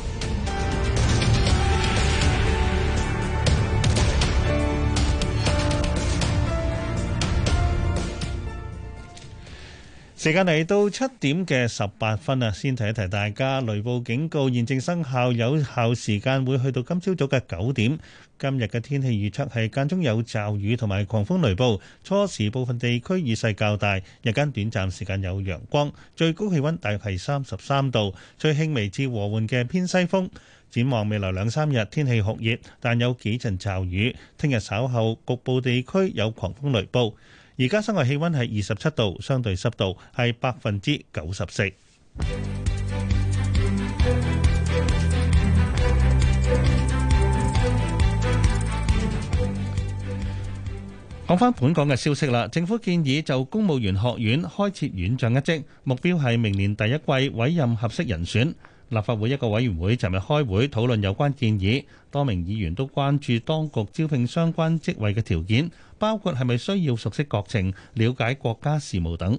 時間嚟到七點嘅十八分啊，先提一提大家，雷暴警告現正生效，有效時間會去到今朝早嘅九點。今日嘅天氣預測係間中有驟雨同埋狂風雷暴，初時部分地區雨勢較大，日間短暫時間有陽光，最高氣溫大約係三十三度，吹輕微至和緩嘅偏西風。展望未來兩三日天氣酷熱，但有幾陣驟雨。聽日稍後局部地區有狂風雷暴。而家室外氣溫係二十七度，相對濕度係百分之九十四。講返本港嘅消息啦，政府建議就公務員學院開設院長一職，目標係明年第一季委任合適人選。立法會一個委員會尋日開會討論有關建議，多名議員都關注當局招聘相關職位嘅條件，包括係咪需要熟悉國情、了解國家事務等。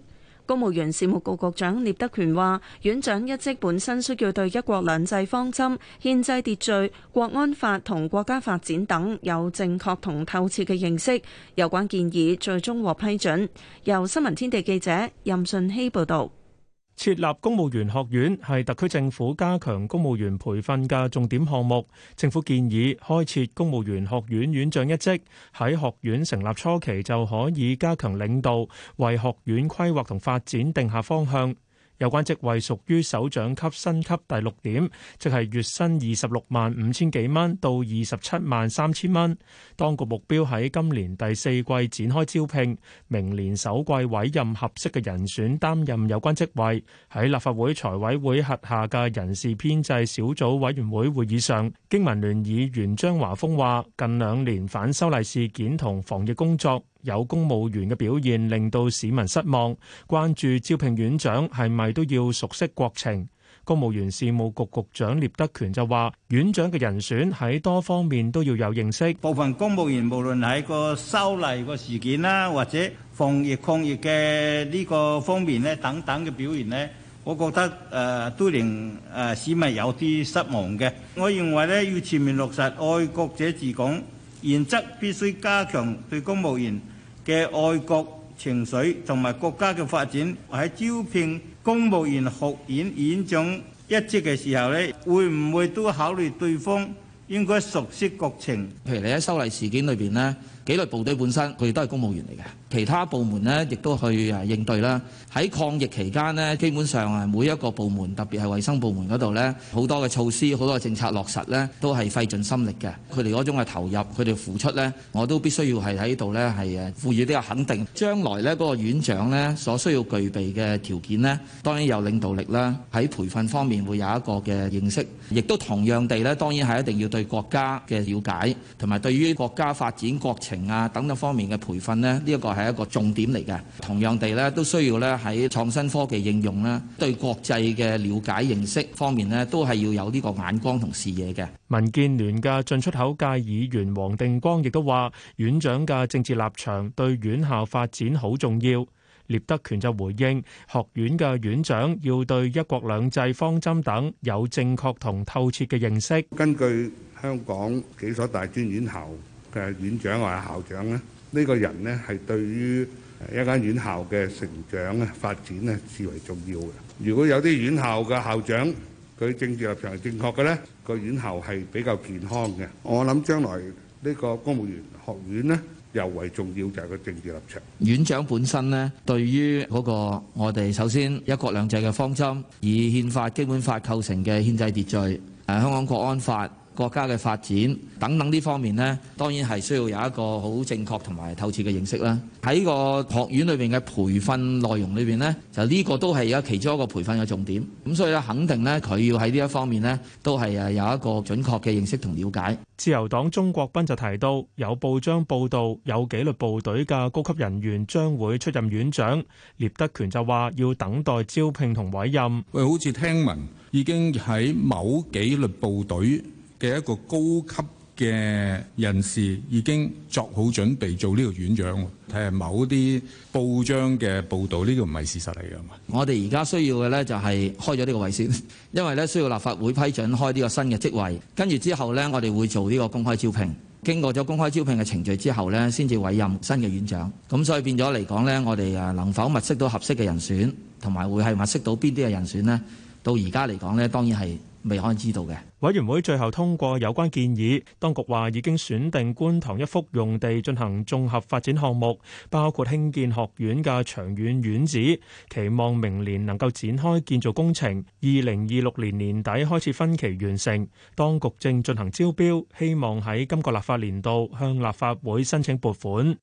公務員事務局局長聶德權話，院長一職本身需要對一國兩制方針、憲制秩序、國安法同國家發展等有正確同透徹嘅認識。有關建議最終獲批准。由新聞天地記者任順希報導。 設立公務員學院係特區政府加強公務員培訓嘅重點項目。政府建議開設公務員學院院長一職，喺學院成立初期就可以加強領導，為學院規劃同發展定下方向。有關職位屬於首長級薪級第六點，即係月薪二十六萬五千幾蚊到二十七萬三千蚊。當局目標喺今年第四季展開招聘，明年首季委任合適嘅人選擔任有關職位。喺立法會財委會轄下嘅人事編制小組委員會會議上，經民聯議員張華峰話：近兩年反修例事件同防疫工作，有公務員嘅表現令到市民失望，關注招聘院長係咪都要熟悉國情。公務員事務局局長聶德權就話，院長嘅人選喺多方面都要有認識。 部分公務員無論喺個修例個事件啦，或者防疫抗疫嘅呢個方面咧，等等嘅表現咧，我覺得誒、呃、都令誒市民有啲失望嘅。我認為咧，要全面落實愛國者治港原則，必須加強對公務員嘅愛國情緒同埋國家嘅發展。喺招聘公務員學院院長一職嘅時候咧，會唔會都考慮對方應該熟悉國情？ 譬如你喺修例事件裏邊呢，紀律部隊本身佢哋都係公務員嚟嘅，其他部門呢亦都去誒應對啦。喺抗疫期間呢，基本上啊每一個部門，特別係衛生部門嗰度呢，好多嘅措施、好多嘅政策落實呢，都係費盡心力嘅。佢哋嗰種嘅投入、佢哋付出呢，我都必須要係喺度呢，係誒賦予呢個肯定。將來呢，嗰個院長呢所需要具備嘅條件呢，當然有領導力啦，喺培訓方面會有一個嘅認識，亦都同樣地呢，當然係一定要對國家嘅了解，同埋對於國家發展國情啊等等方面嘅培訓呢，呢一個係一個重點嚟嘅。同樣地呢，都需要呢喺創新科技應用啦，對國際嘅了解認識方面呢，都係要有呢個眼光同視野嘅。 民建聯嘅進出口界議員黃定光亦都話，院長嘅政治立場對院校發展好重要。聶德權就回應，學院嘅院長要對一國兩制方針等有正確同透徹嘅認識。 根據香港幾所大專院校嘅院長或者校長咧，呢個人呢係對於一間院校嘅成長啊發展咧視為重要嘅。如果有啲院校嘅校長佢政治立場係正確嘅呢，個院校係比較健康嘅。我諗將來呢個公務員學院呢，尤為重要就係個政治立場。 院長本身呢，對於嗰個我哋首先一國兩制嘅方針，以憲法、基本法構成嘅憲制秩序，誒香港國安法、國家嘅發展等等呢方面呢，當然係需要有一個好正確同埋透徹嘅認識啦。喺個學院裏邊嘅培訓內容裏邊呢，就呢個都係有其中一個培訓嘅重點。咁所以咧，肯定呢，佢要喺呢一方面呢，都係誒有一個準確嘅認識同了解。 自由黨鐘國斌就提到，有報章報道有紀律部隊嘅高級人員將會出任院長。聶德權就話要等待招聘同委任。 喂，好似聽聞已經喺某紀律部隊嘅一個高級嘅人士已經作好準備做呢個院長。睇下某啲報章嘅報導，呢個唔係事實嚟㗎嘛。 我哋而家需要嘅呢，就係開咗呢個位先，因為呢需要立法會批准開呢個新嘅職位，跟住之後呢，我哋會做呢個公開招聘。經過咗公開招聘嘅程序之後呢，先至委任新嘅院長。咁所以變咗嚟講呢，我哋誒能否物色到合適嘅人選，同埋會係物色到邊啲嘅人選呢？到而家嚟講呢，當然係未可以知道嘅。 委員會最後通過有關建議，當局話已經選定觀塘一幅用地進行綜合發展項目，包括興建學院嘅長遠院址，期望明年能夠展開建造工程，二零二六年年底開始分期完成。當局正進行招標，希望喺今個立法年度向立法會申請撥款。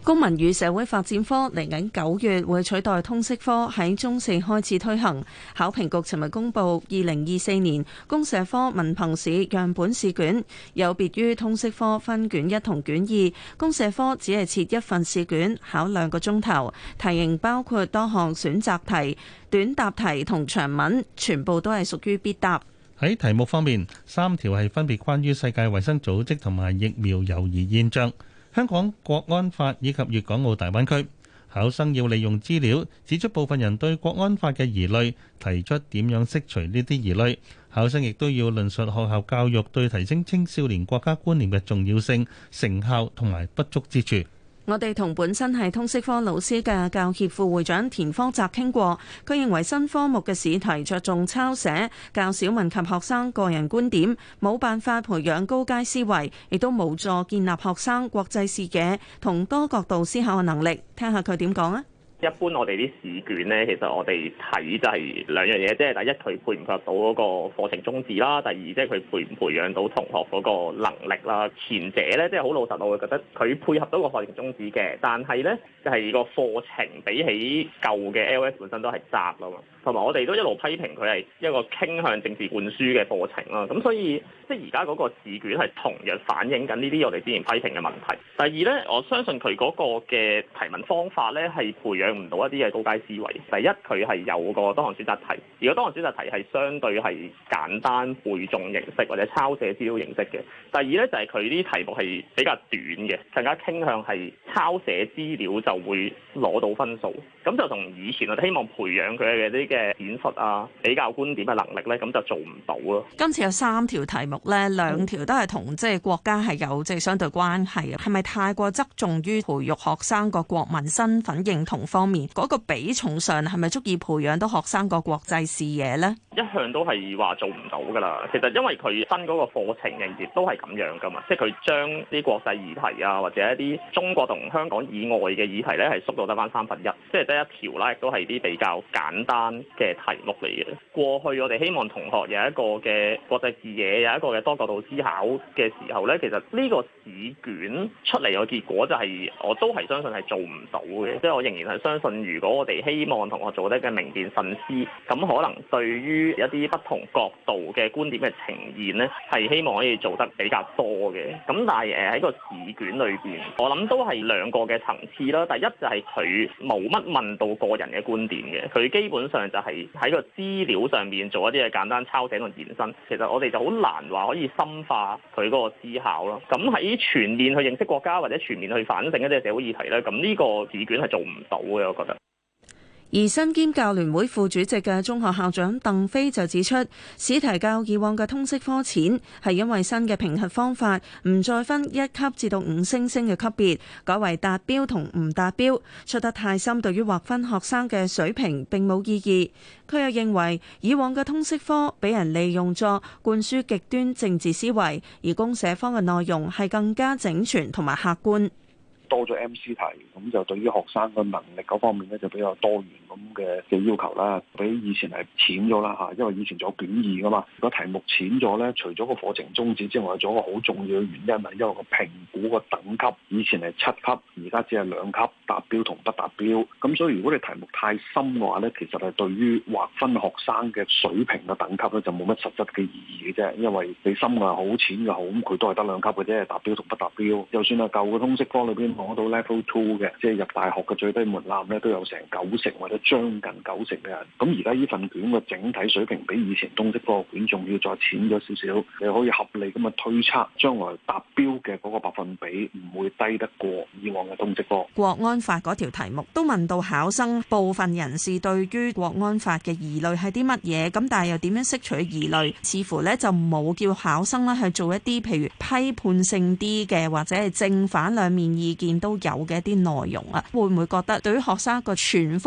公民與社會發展科嚟緊九月會取代通識科喺中四開始推行。考評局尋日公布二零二四年公社科文憑試樣本試卷，有別於通識科分卷一同卷二，公社科只係設一份試卷，考兩個鐘頭，題型包括多項選擇題、短答題同長文，全部都係屬於必答。 喺題目方面，三條係分別關於世界衛生組織同埋疫苗猶疑現象、香港國安法以及粵港澳大灣區。考生要利用資料指出部分人對國安法嘅疑慮，提出點樣釋除呢啲疑慮。考生亦都要論述學校教育對提升青少年國家觀念嘅重要性、成效同埋不足之處。 我哋同本身係通識科老師嘅教協副會長田方澤傾過，佢認為新科目嘅試題着重抄寫，較少問及學生個人觀點，冇辦法培養高階思維，亦都無助建立學生國際視野同多角度思考嘅能力。聽下佢點講啊！ 一般我哋啲試卷呢，其實我哋睇就係兩樣嘢，即係第一佢配唔配合到嗰個課程宗旨啦，第二即係佢培唔培養到同學嗰個能力啦。前者呢，即係好老實，我會覺得佢配合到個課程宗旨嘅，但係呢，就係個課程比起舊嘅 L S 本身都係窄啦嘛，同埋我哋都一路批評佢係一個傾向政治灌輸嘅課程啦。咁所以即係而家嗰個試卷係同樣反映緊呢啲我哋之前批評嘅問題。第二呢，我相信佢嗰個嘅提問方法呢，係培養唔到一啲嘅高階思維。第一，佢係有個多項選擇題，如果多項選擇題係相對係簡單背誦形式或者抄寫資料形式嘅。第二咧就係佢啲題目係比較短嘅，更加傾向係抄寫資料就會攞到分數。咁就同以前我哋希望培養佢嘅啲嘅演述啊、比較觀點嘅能力咧，咁就做唔到咯。 今次有三條題目咧，兩條都係同即係國家係有即係相對關係嘅，係咪太過側重於培育學生個國民身份認同方面？嗰個比重上係咪足以培養到學生個國際視野呢？ 一向都係話做唔到㗎啦。其實因為佢新嗰個課程仍然都係咁樣㗎嘛，即係佢將啲國際議題啊，或者一啲中國同香港以外嘅議題咧，係縮到得返三分一，即係得一條啦，亦都係啲比較簡單嘅題目嚟嘅。過去我哋希望同學有一個嘅國際視野，有一個嘅多角度思考嘅時候咧，其實呢個試卷出嚟嘅結果就係、是，我都係相信係做唔到嘅。即係我仍然係相信，如果我哋希望同學做得嘅明辨慎思，咁可能對於一啲不同角度嘅觀點嘅呈現呢，係希望可以做得比較多嘅。咁但係誒喺個試卷裏邊，我諗都係兩個嘅層次啦。第一就係佢冇乜問到個人嘅觀點嘅，佢基本上就係喺個資料上面做一啲嘅簡單抄寫同延伸。其實我哋就好難話可以深化佢嗰個思考咯。咁喺全面去認識國家或者全面去反省一啲社會議題咧，咁呢個試卷係做唔到嘅，我覺得。 而身兼教聯會副主席嘅中學校長鄧飛就指出，試題較以往嘅通識科淺，係因為新嘅評核方法唔再分一級至到五星星嘅級別，改為達標同唔達標，出得太深，對於劃分學生嘅水平並冇意義。佢又認為以往嘅通識科俾人利用作灌輸極端政治思維，而公社科嘅內容係更加整全同埋客觀。 多咗 M C 題，咁就對於學生嘅能力嗰方面咧就比較多元咁嘅嘅要求啦，比以前係淺咗啦嚇，因為以前仲有卷二噶嘛，個題目淺咗咧，除咗個課程宗旨之外，仲有一個好重要嘅原因係因為個評估個等級，以前係七級，而家只係兩級，達標同不達標。咁所以如果你題目太深嘅話咧，其實係對於劃分學生嘅水平嘅等級咧就冇乜實質嘅意義嘅啫，因為你深嘅好，淺嘅好，咁佢都係得兩級嘅啫，達標同不達標。就算係舊嘅通識科裏邊講到 level two 嘅，即係入大學嘅最低門檻咧，都有成九成或者將近九成嘅人。咁而家呢份卷嘅整體水平比以前通識科卷仲要再淺咗少少，你可以合理咁啊推測，將來達標嘅嗰個百分比唔會低得過以往嘅通識科。 國安法嗰條題目都問到考生部分人士對於國安法嘅疑慮係啲乜嘢，咁但係又點樣釋除疑慮？似乎咧就冇叫考生咧去做一啲譬如批判性啲嘅，或者係正反兩面意見都有嘅一啲內容啊，會唔會覺得對於學生一個全方位嘅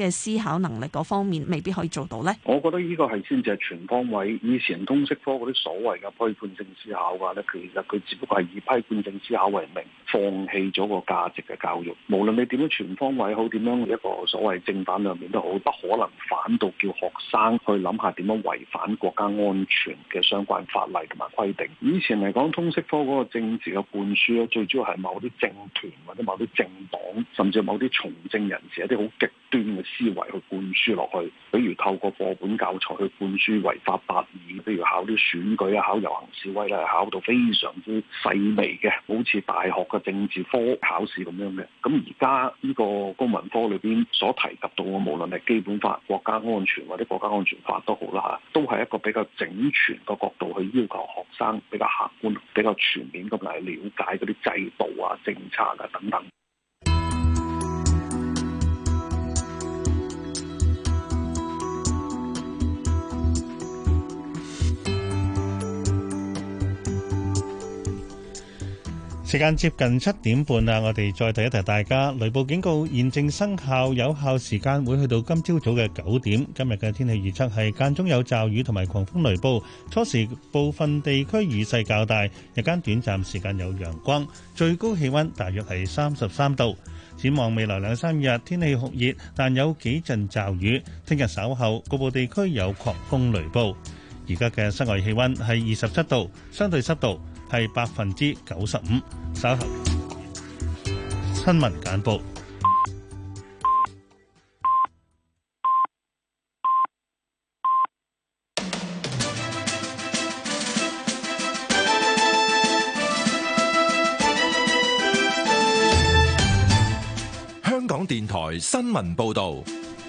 係思考能力嗰方面未必可以做到呢？ 我覺得呢個係先至係全方位。以前通識科嗰啲所謂嘅批判性思考嘅話咧，其實佢只不過係以批判性思考為名，放棄咗個價值嘅教育。無論你點樣全方位好，點樣一個所謂正反兩面都好，不可能反到叫學生去諗下點樣違反國家安全嘅相關法例同埋規定。以前嚟講，通識科嗰個政治嘅灌輸咧，最主要係某啲政團或者某啲政黨，甚至某啲從政人士一啲好極端嘅思維去灌輸落去，比如透過課本教材去灌輸違法達義，比如考啲選舉啊、考遊行示威咧，考到非常之細微嘅，好似大學嘅政治科考試咁樣嘅。咁而家呢個公民科裏邊所提及到嘅，無論係基本法、國家安全或者國家安全法都好啦嚇，都係一個比較整全嘅角度去要求學生比較客觀、比較全面咁嚟了解嗰啲制度啊、政策啊等等。 時間接近七點半啦，我哋再提一提大家，雷暴警告現正生效，有效時間會去到今朝早嘅九點。今日嘅天氣預測係間中有驟雨同埋狂風雷暴，初時部分地區雨勢較大，日間短暫時間有陽光，最高氣溫大約係三十三度。展望未來兩三日天氣酷熱，但有幾陣驟雨。聽日稍後局部地區有狂風雷暴。而家嘅室外氣溫係二十七度，相對濕度係百分之九十五。稍後新聞簡報。 香港電台新聞報道。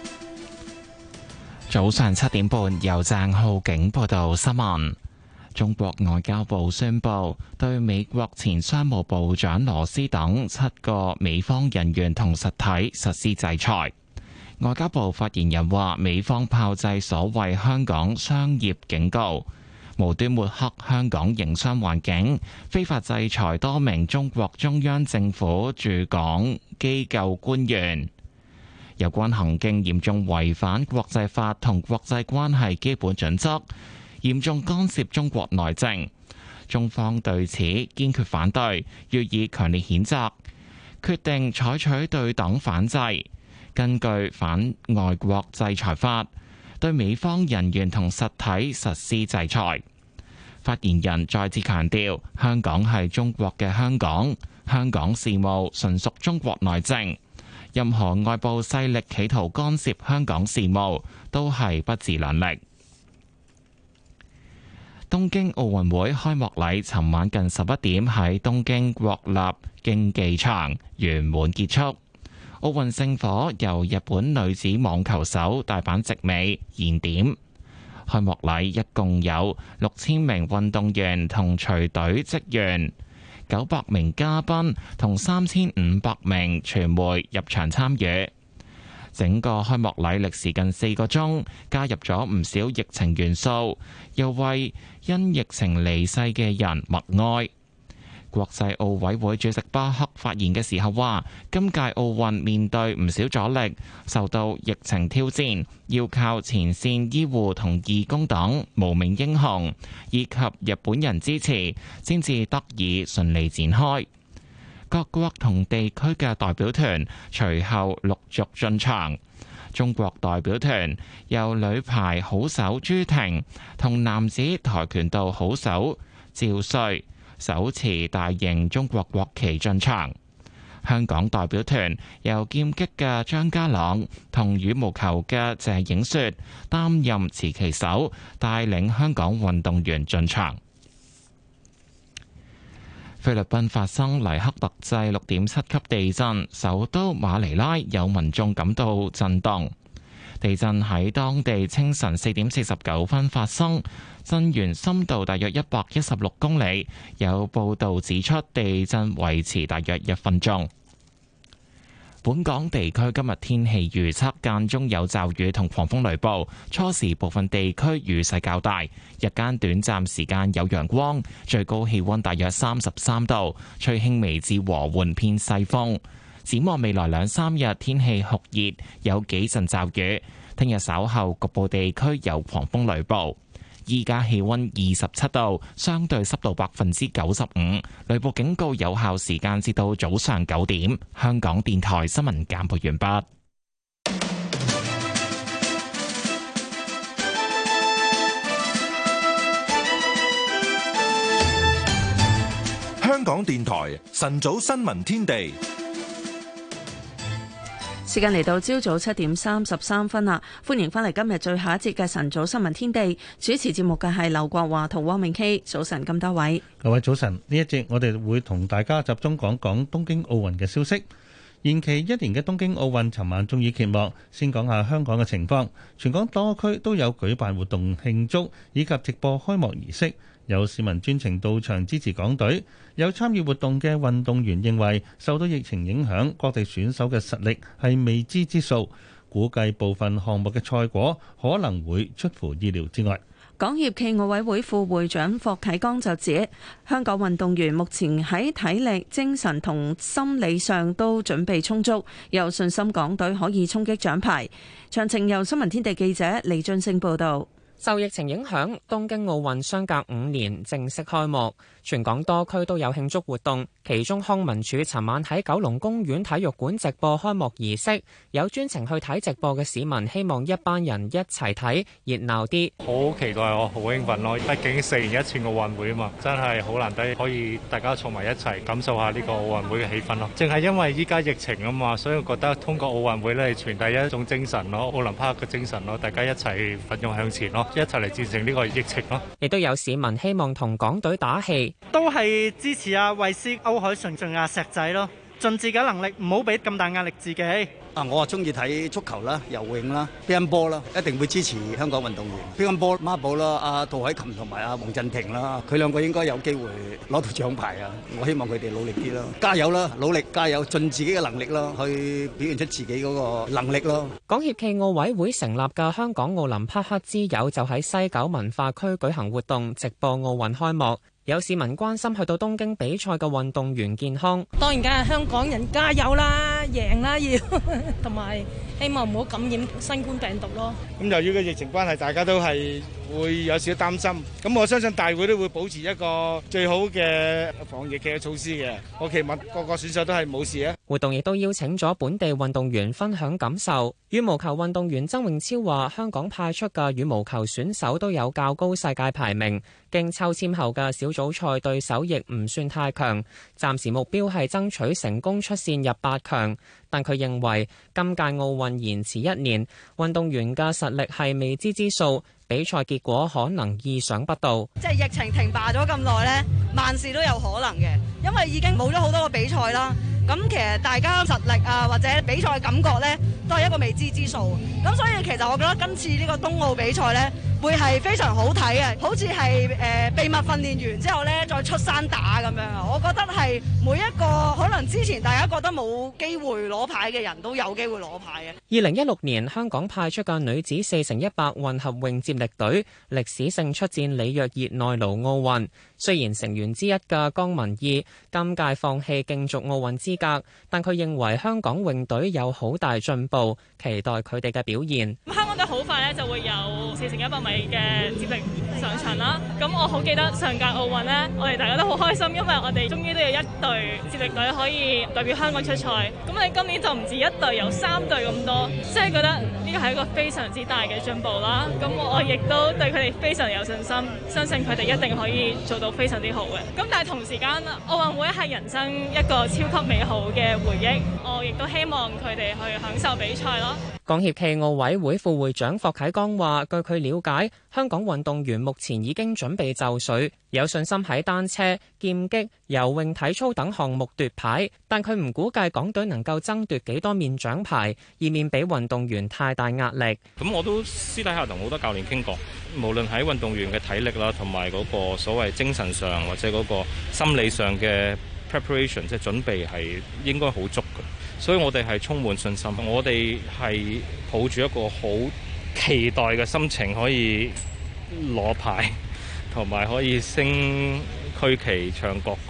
早上七點半，由鄭浩景報道新聞。中國外交部宣布對美國前商務部長羅斯等七個美方人員同實體實施制裁。外交部發言人話，美方炮製所謂香港商業警告，無端抹黑香港營商環境，非法制裁多名中國中央政府駐港機構官員。有關行徑嚴重違反國際法同國際關係基本準則，嚴重干涉中國內政，中方對此堅決反對，予以強烈譴責，決定採取對等反制，根據反外國制裁法，對美方人員同實體實施制裁。發言人再次強調，香港係中國嘅香港，香港事務純屬中國內政，任何外部勢力企圖干涉香港事務，都係不自量力。東京奧運會開幕禮尋晚近十一點喺東京國立競技場圓滿結束。奧運聖火由日本女子網球手大坂直美燃點。開幕禮一共有六千名運動員同隨隊職員、九百名嘉賓同三千五百名傳媒入場參與。整個開幕禮歷時近四個鐘，加入咗唔少疫情元素，又為因疫情離世嘅人默哀。國際奧委會主席巴克發言嘅時候話，今屆奧運面對唔少阻力，受到疫情挑戰，要靠前線醫護同義工等無名英雄，以及日本人支持，先至得以順利展開。各國同地區嘅代表團隨後陸續進場。中國代表團由女排好手朱婷同男子跆拳道好手趙瑞手持大型中國國旗進場。香港代表團由劍擊嘅張家朗同羽毛球嘅謝影雪擔任持旗手，帶領香港運動員進場。菲律賓發生黎克特制六點七級地震，首都馬尼拉有民眾感到震動。地震喺當地清晨四點四十九分發生，震源深度大約一百一十六公里。有報道指出，地震維持大約一分鐘。本港地區今日天氣預測，間中有驟雨同狂風雷暴，初時部分地區雨勢較大，日間短暫時間有陽光，最高氣溫大約三十三度，吹輕微至和緩偏西風。 展望未來兩三日天氣酷熱，有幾陣驟雨。聽日稍後局部地區有狂風雷暴。依家氣溫二十七度，相對濕度百分之九十五，雷暴警告有效時間至到早上九點。香港電台新聞簡報完畢。 香港電台晨早新聞天地。 時間嚟到朝早七點三十三分啦，歡迎翻嚟今日最後一節嘅晨早新聞天地。主持節目嘅係劉國華同汪明熙。早晨咁多位， 各位早晨。呢一節我哋會同大家集中講講東京奧運嘅消息。延期一年嘅東京奧運尋晚終於揭幕。先講下香港嘅情況，全港多區都有舉辦活動慶祝以及直播開幕儀式。有市民專程到場支持港隊，有參與活動嘅運動員認為受到疫情影響，各地選手嘅實力係未知之數，估計部分項目嘅賽果可能會出乎意料之外。 港協暨奧委會副會長霍啟剛就指，香港運動員目前喺體力、精神同心理上都準備充足，有信心港隊可以衝擊獎牌。詳情由新聞天地記者李俊升報導。 受疫情影響，東京奧運相隔五年正式開幕，全港多區都有慶祝活動。其中康文署尋晚喺九龍公園體育館直播開幕儀式，有專程去睇直播嘅市民希望一班人一齊睇，熱鬧啲。 好期待，我好興奮咯！畢竟四年一次奧運會啊嘛，真係好難得可以大家坐埋一齊感受下呢個奧運會嘅氣氛咯。正係因為依家疫情啊嘛，所以我覺得通過奧運會咧傳遞一種精神咯，奧林匹克嘅精神咯，大家一齊奮勇向前咯，一齊嚟戰勝呢個疫情咯。 亦都有市民希望同港隊打氣， 都係支持阿衛斯、歐海純、仲阿石仔咯，盡自己能力，唔好俾咁大壓力自己。 啊，我啊中意睇足球啦、游泳啦、乒乓波啦，一定會支持香港運動員。乒乓波孖寶啦，阿杜海琴同埋阿黃鎮廷啦，佢兩個應該有機會攞到獎牌啊！我希望佢哋努力啲咯，加油啦，努力加油，盡自己嘅能力咯，去表現出自己嗰個能力咯。 港協暨奧委會成立嘅香港奧林匹克之友就喺西九文化區舉行活動，直播奧運開幕。有市民關心去到東京比賽嘅運動員健康， 當然梗係香港人加油啦，贏啦要，同埋希望唔好感染新冠病毒咯。 咁由於個疫情關係，大家都係會有少少擔心。咁我相信大會都會保持一個最好嘅防疫嘅措施嘅。我期望各個選手都係冇事啊。 活動亦都邀請咗本地運動員分享感受。羽毛球運動員曾永超話：香港派出嘅羽毛球選手都有較高世界排名，經抽籤後嘅小組賽對手亦唔算太強，暫時目標係爭取成功出線入八強。但佢認為今屆奧運延遲一年，運動員嘅實力係未知之數，比賽結果可能意想不到。 即係疫情停罷咗咁耐呢，萬事都有可能嘅，因為已經冇咗好多個比賽啦。咁其實大家實力啊，或者比賽感覺呢，都係一個未知之數。咁所以其實我覺得今次呢個冬奧比賽呢，會係非常好睇嘅，好似係誒秘密訓練完之後呢，再出山打咁樣啊！我覺得係每一個可能之前大家覺得冇機會攞牌嘅人都有機會攞牌嘅。 二零一六年香港派出嘅女子四乘一百混合泳接力隊，歷史性出戰里約熱內盧奧運。雖然成員之一嘅江文義今屆放棄競逐奧運資格，但佢認為香港泳隊有好大進步，期待佢哋嘅表現。 咁香港隊好快咧就會有四乘一百米嘅接力上場啦。咁我好記得上屆奧運呢，我哋大家都好開心，因為我哋終於都有一隊接力隊可以代表香港出賽。咁你今年就唔止一隊，有三隊咁多，即係覺得呢個係一個非常之大嘅進步啦。咁我亦都對佢哋非常有信心，相信佢哋一定可以做到非常之好嘅。咁但係同時間，奧運會係人生一個超級美好嘅回憶，我亦都希望佢哋去享受比賽咯。 港協暨奧委會副會長霍啟剛話，據佢了解，香港運動員目前已經準備就緒，有信心喺單車、劍擊、游泳、體操等項目奪牌，但佢唔估計港隊能夠爭奪幾多面獎牌，以免俾運動員太大壓力。 咁我都私底下同好多教練傾過，無論喺運動員嘅體力啦，同埋嗰個所謂精神上或者嗰個心理上嘅 preparation， 即係準備係應該好足嘅。所以我哋係充滿信心，我哋係抱住一個好期待嘅心情，可以攞牌，同埋可以升區旗、唱國歌。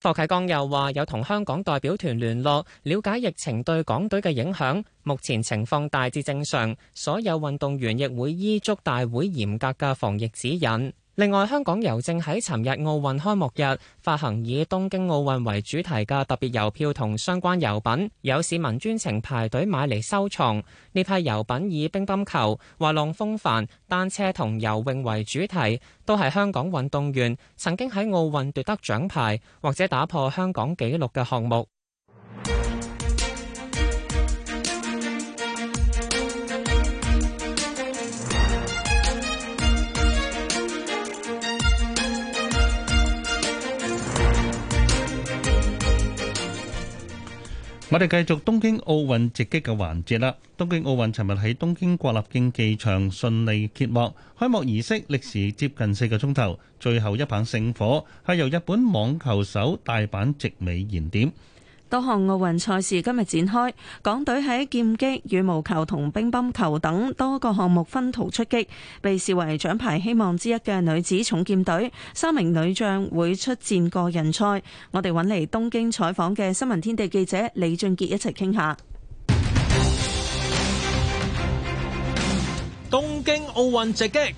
霍啟剛又話有同香港代表團聯絡，了解疫情對港隊嘅影響，目前情況大致正常，所有運動員亦會依足大會嚴格嘅防疫指引。另外，香港郵政喺尋日奧運開幕日發行以東京奧運為主題嘅特別郵票同相關郵品，有市民專程排隊買嚟收藏。呢批郵品以乒乓球、滑浪風帆、單車同游泳為主題，都係香港運動員曾經喺奧運奪得獎牌或者打破香港紀錄嘅項目。 我哋繼續東京奧運直擊嘅環節啦。東京奧運尋日喺東京國立競技場順利揭幕，開幕儀式歷時接近四個鐘頭，最後一棒聖火係由日本網球手大阪直美燃點。 多項奧運賽事今日展開，港隊喺劍擊、羽毛球同乒乓球等多個項目分途出擊。被視為獎牌希望之一嘅女子重劍隊，三名女將會出戰個人賽。我哋揾嚟東京採訪嘅新聞天地記者李俊傑一齊傾下。 東京奧運直擊。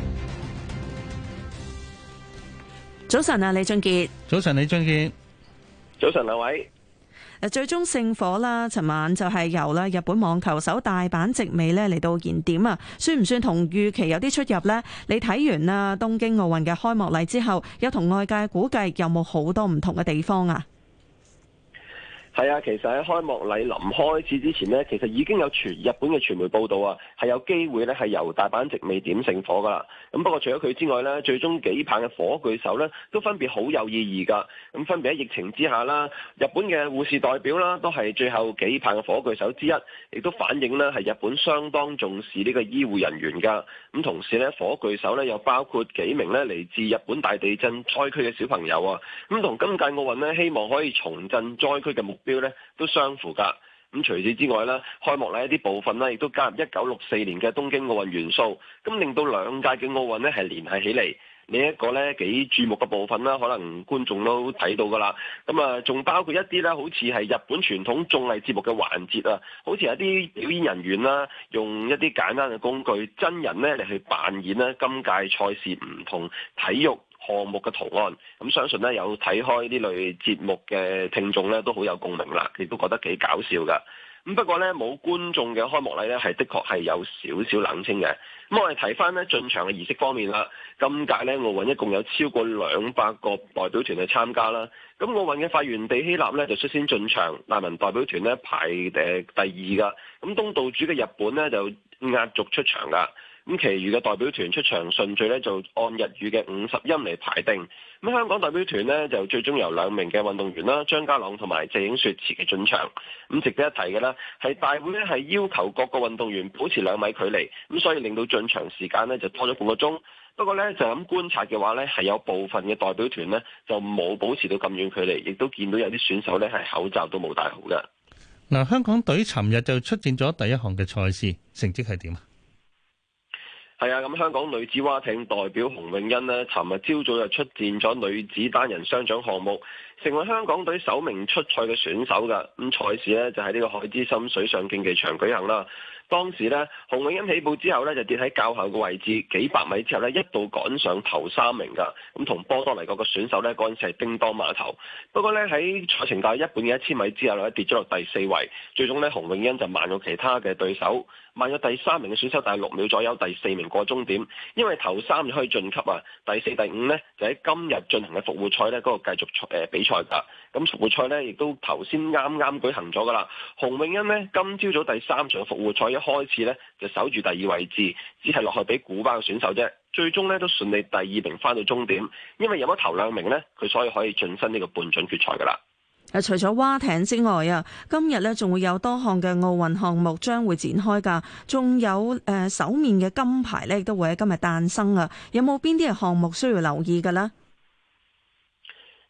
早晨啊，李俊傑。 早晨，李俊傑。 早晨，兩位。 最終聖火啦，尋晚就係由啦日本網球手大阪直美咧嚟到燃點啊，算唔算同預期有啲出入呢？你睇完啦東京奧運嘅開幕禮之後，有同外界估計有冇好多唔同嘅地方啊？ 係啊，其實喺開幕禮臨開始之前呢，其實已經有傳日本嘅傳媒報道啊，係有機會咧係由大阪直美點聖火噶啦。咁不過除咗佢之外呢，最終幾棒嘅火炬手呢都分別好有意義噶。咁分別喺疫情之下啦，日本嘅護士代表啦都係最後幾棒嘅火炬手之一，亦都反映呢係日本相當重視呢個醫護人員噶。咁同時呢，火炬手呢又包括幾名呢嚟自日本大地震災區嘅小朋友啊。咁同今屆奧運呢，希望可以重振災區嘅目標呢都相符㗎。咁除此之外呢，開幕禮一啲部分呢亦都加入一九六四年嘅東京奧運元素，咁令到兩屆嘅奧運呢係聯繫起嚟。另一個呢幾注目嘅部分啦，可能觀眾都睇到㗎啦。咁啊，仲包括一啲呢好似係日本傳統綜藝節目嘅環節啊，好似有啲表演人員啦，用一啲簡單嘅工具真人呢嚟去扮演呢今屆賽事唔同體育項目嘅圖案，咁相信呢有睇開呢類節目嘅聽眾呢都好有共鳴啦，亦都覺得幾搞笑噶。咁不過呢，冇觀眾嘅開幕禮呢係的確係有少少冷清嘅。咁我哋睇翻呢進場嘅儀式方面啦，今屆呢奧運一共有超過兩百個代表團去參加啦。咁奧運嘅發源地希臘呢就率先進場，難民代表團呢排誒第二噶。咁東道主嘅日本呢就壓軸出場噶。咁，其餘嘅代表團出場順序咧，就按日語嘅五十音嚟排定。咁香港代表團呢，就最終由兩名嘅運動員啦，張家朗同埋謝影雪辭其進場。咁值得一提嘅呢，係大會呢係要求各個運動員保持兩米距離，咁所以令到進場時間呢就多咗半個鐘。不過呢，就咁觀察嘅話呢，係有部分嘅代表團呢就冇保持到咁遠距離，亦都見到有啲選手呢係口罩都冇戴好嘅。 嗱，香港隊尋日就出戰咗第一項嘅賽事，成績係點啊？ 係啊，咁香港女子划艇代表洪詠欣呢，尋日朝早就出戰咗女子單人雙槳項目，成為香港隊首名出賽嘅選手㗎。咁賽事呢，就喺呢個海之森水上競技場舉行啦。當時呢，洪詠欣起步之後呢，就跌喺較後嘅位置，幾百米之後呢，一度趕上頭三名㗎。咁同波多黎各嘅選手呢，嗰陣時係叮當馬頭。不過呢，喺賽程大一半嘅一千米之後呢，跌咗落第四位，最終呢，洪詠欣就慢過其他嘅對手，慢咗第三名嘅選手大概六秒左右，第四名過終點。因為頭三就可以晉級啊，第四、第五呢，就喺今日進行嘅復活賽呢，嗰個繼續誒比賽㗎。咁復活賽呢，亦都頭先啱啱舉行咗㗎啦。洪詠欣呢，今朝早第三場嘅復活賽一開始呢，就守住第二位置，只係落去俾古巴嘅選手啫。最終呢，都順利第二名翻到終點，因為有咗頭兩名呢，佢所以可以晉身呢個半準決賽㗎啦。 誒，除咗划艇之外啊，今日呢仲會有多項嘅奧運項目將會展開㗎，仲有誒首面嘅金牌呢，亦都會喺今日誕生啊！有冇邊啲嘅項目需要留意㗎呢？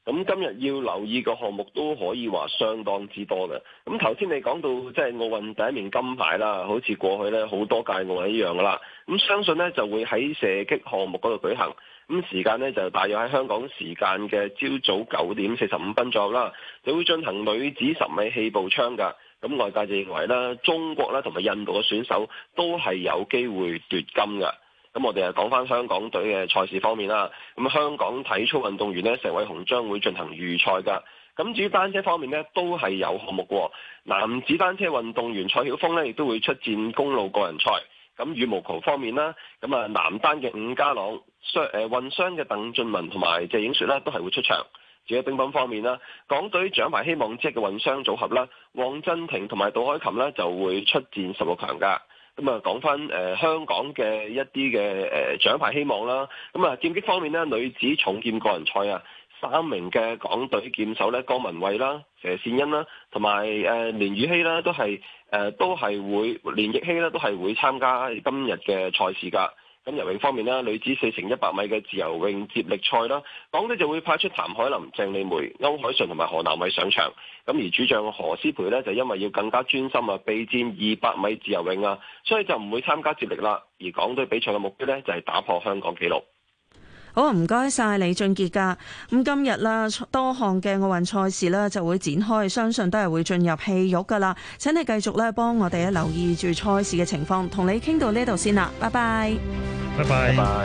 咁今日要留意嘅項目都可以話相當之多嘅。咁頭先你講到即係奧運第一面金牌啦，好似過去咧好多屆奧運一樣噶啦。咁相信呢就會喺射擊項目嗰度舉行。咁時間呢就大約喺香港時間嘅朝早九點四十五分左右啦，就會進行女子十米氣步槍㗎。咁外界就認為咧，中國咧同埋印度嘅選手都係有機會奪金㗎。咁我哋又講翻香港隊嘅賽事方面啦。咁香港體操運動員呢，石偉雄將會進行預賽㗎。咁至於單車方面呢，都係有項目喎。男子單車運動員蔡曉峰呢，亦都會出戰公路個人賽。咁羽毛球方面啦，咁啊男單嘅伍家朗、雙誒混雙嘅鄧俊文同埋謝影雪啦，都係會出場。至於乒乓方面啦，港隊獎牌希望之嘅混雙組合啦，黃鎮廷同埋杜凱琹呢就會出戰十六強㗎。咁啊講翻誒香港嘅一啲嘅誒獎牌希望啦，咁啊劍擊方面呢，女子重劍個人賽啊，三名嘅港隊劍手咧，江文蔚啦、佘善恩啦，同埋誒連宇希啦，都係誒、呃、都係會連奕希啦，都係會參加今日嘅賽事㗎。咁游泳方面啦，女子四乘一百米嘅自由泳接力賽啦，港隊就會派出譚凱琳、鄭麗梅、歐鎧淳同埋何南偉上場。咁而主將何詩蓓呢，就因為要更加專心啊，備戰二百米自由泳啊，所以就唔會參加接力啦。而港隊比賽嘅目標呢，就係打破香港紀錄。 好啊，唔該晒李俊傑噶。咁今日啦，多項嘅奧運賽事呢就會展開，相信都係會進入戲肉噶啦。請你繼續咧幫我哋咧留意住賽事嘅情況，同你傾到呢度先啦，拜拜。 拜拜。拜拜。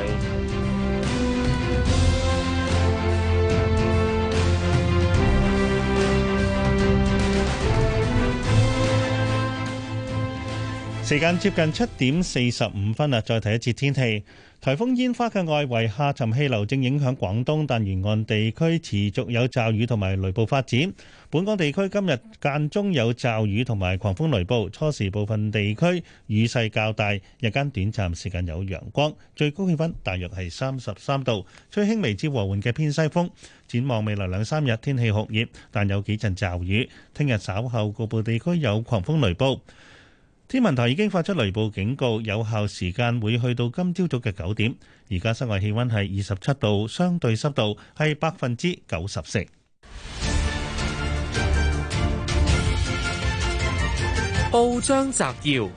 時間接近七點四十五分啦，再睇一次天氣。颱風煙花嘅外圍下沉氣流正影響廣東，但沿岸地區持續有驟雨同埋雷暴發展。本港地區今日間中有驟雨同埋狂風雷暴，初時部分地區雨勢較大，日間短暫時間有陽光，最高氣溫大約係三十三度，吹輕微至和緩嘅偏西風。展望未來兩三日天氣酷熱，但有幾陣驟雨。聽日稍後局部地區有狂風雷暴。天文台已經發出雷暴警告，有效時間會去到今朝早嘅九點。而家室外氣溫係二十七度，相對濕度係百分之九十四。 報章摘要：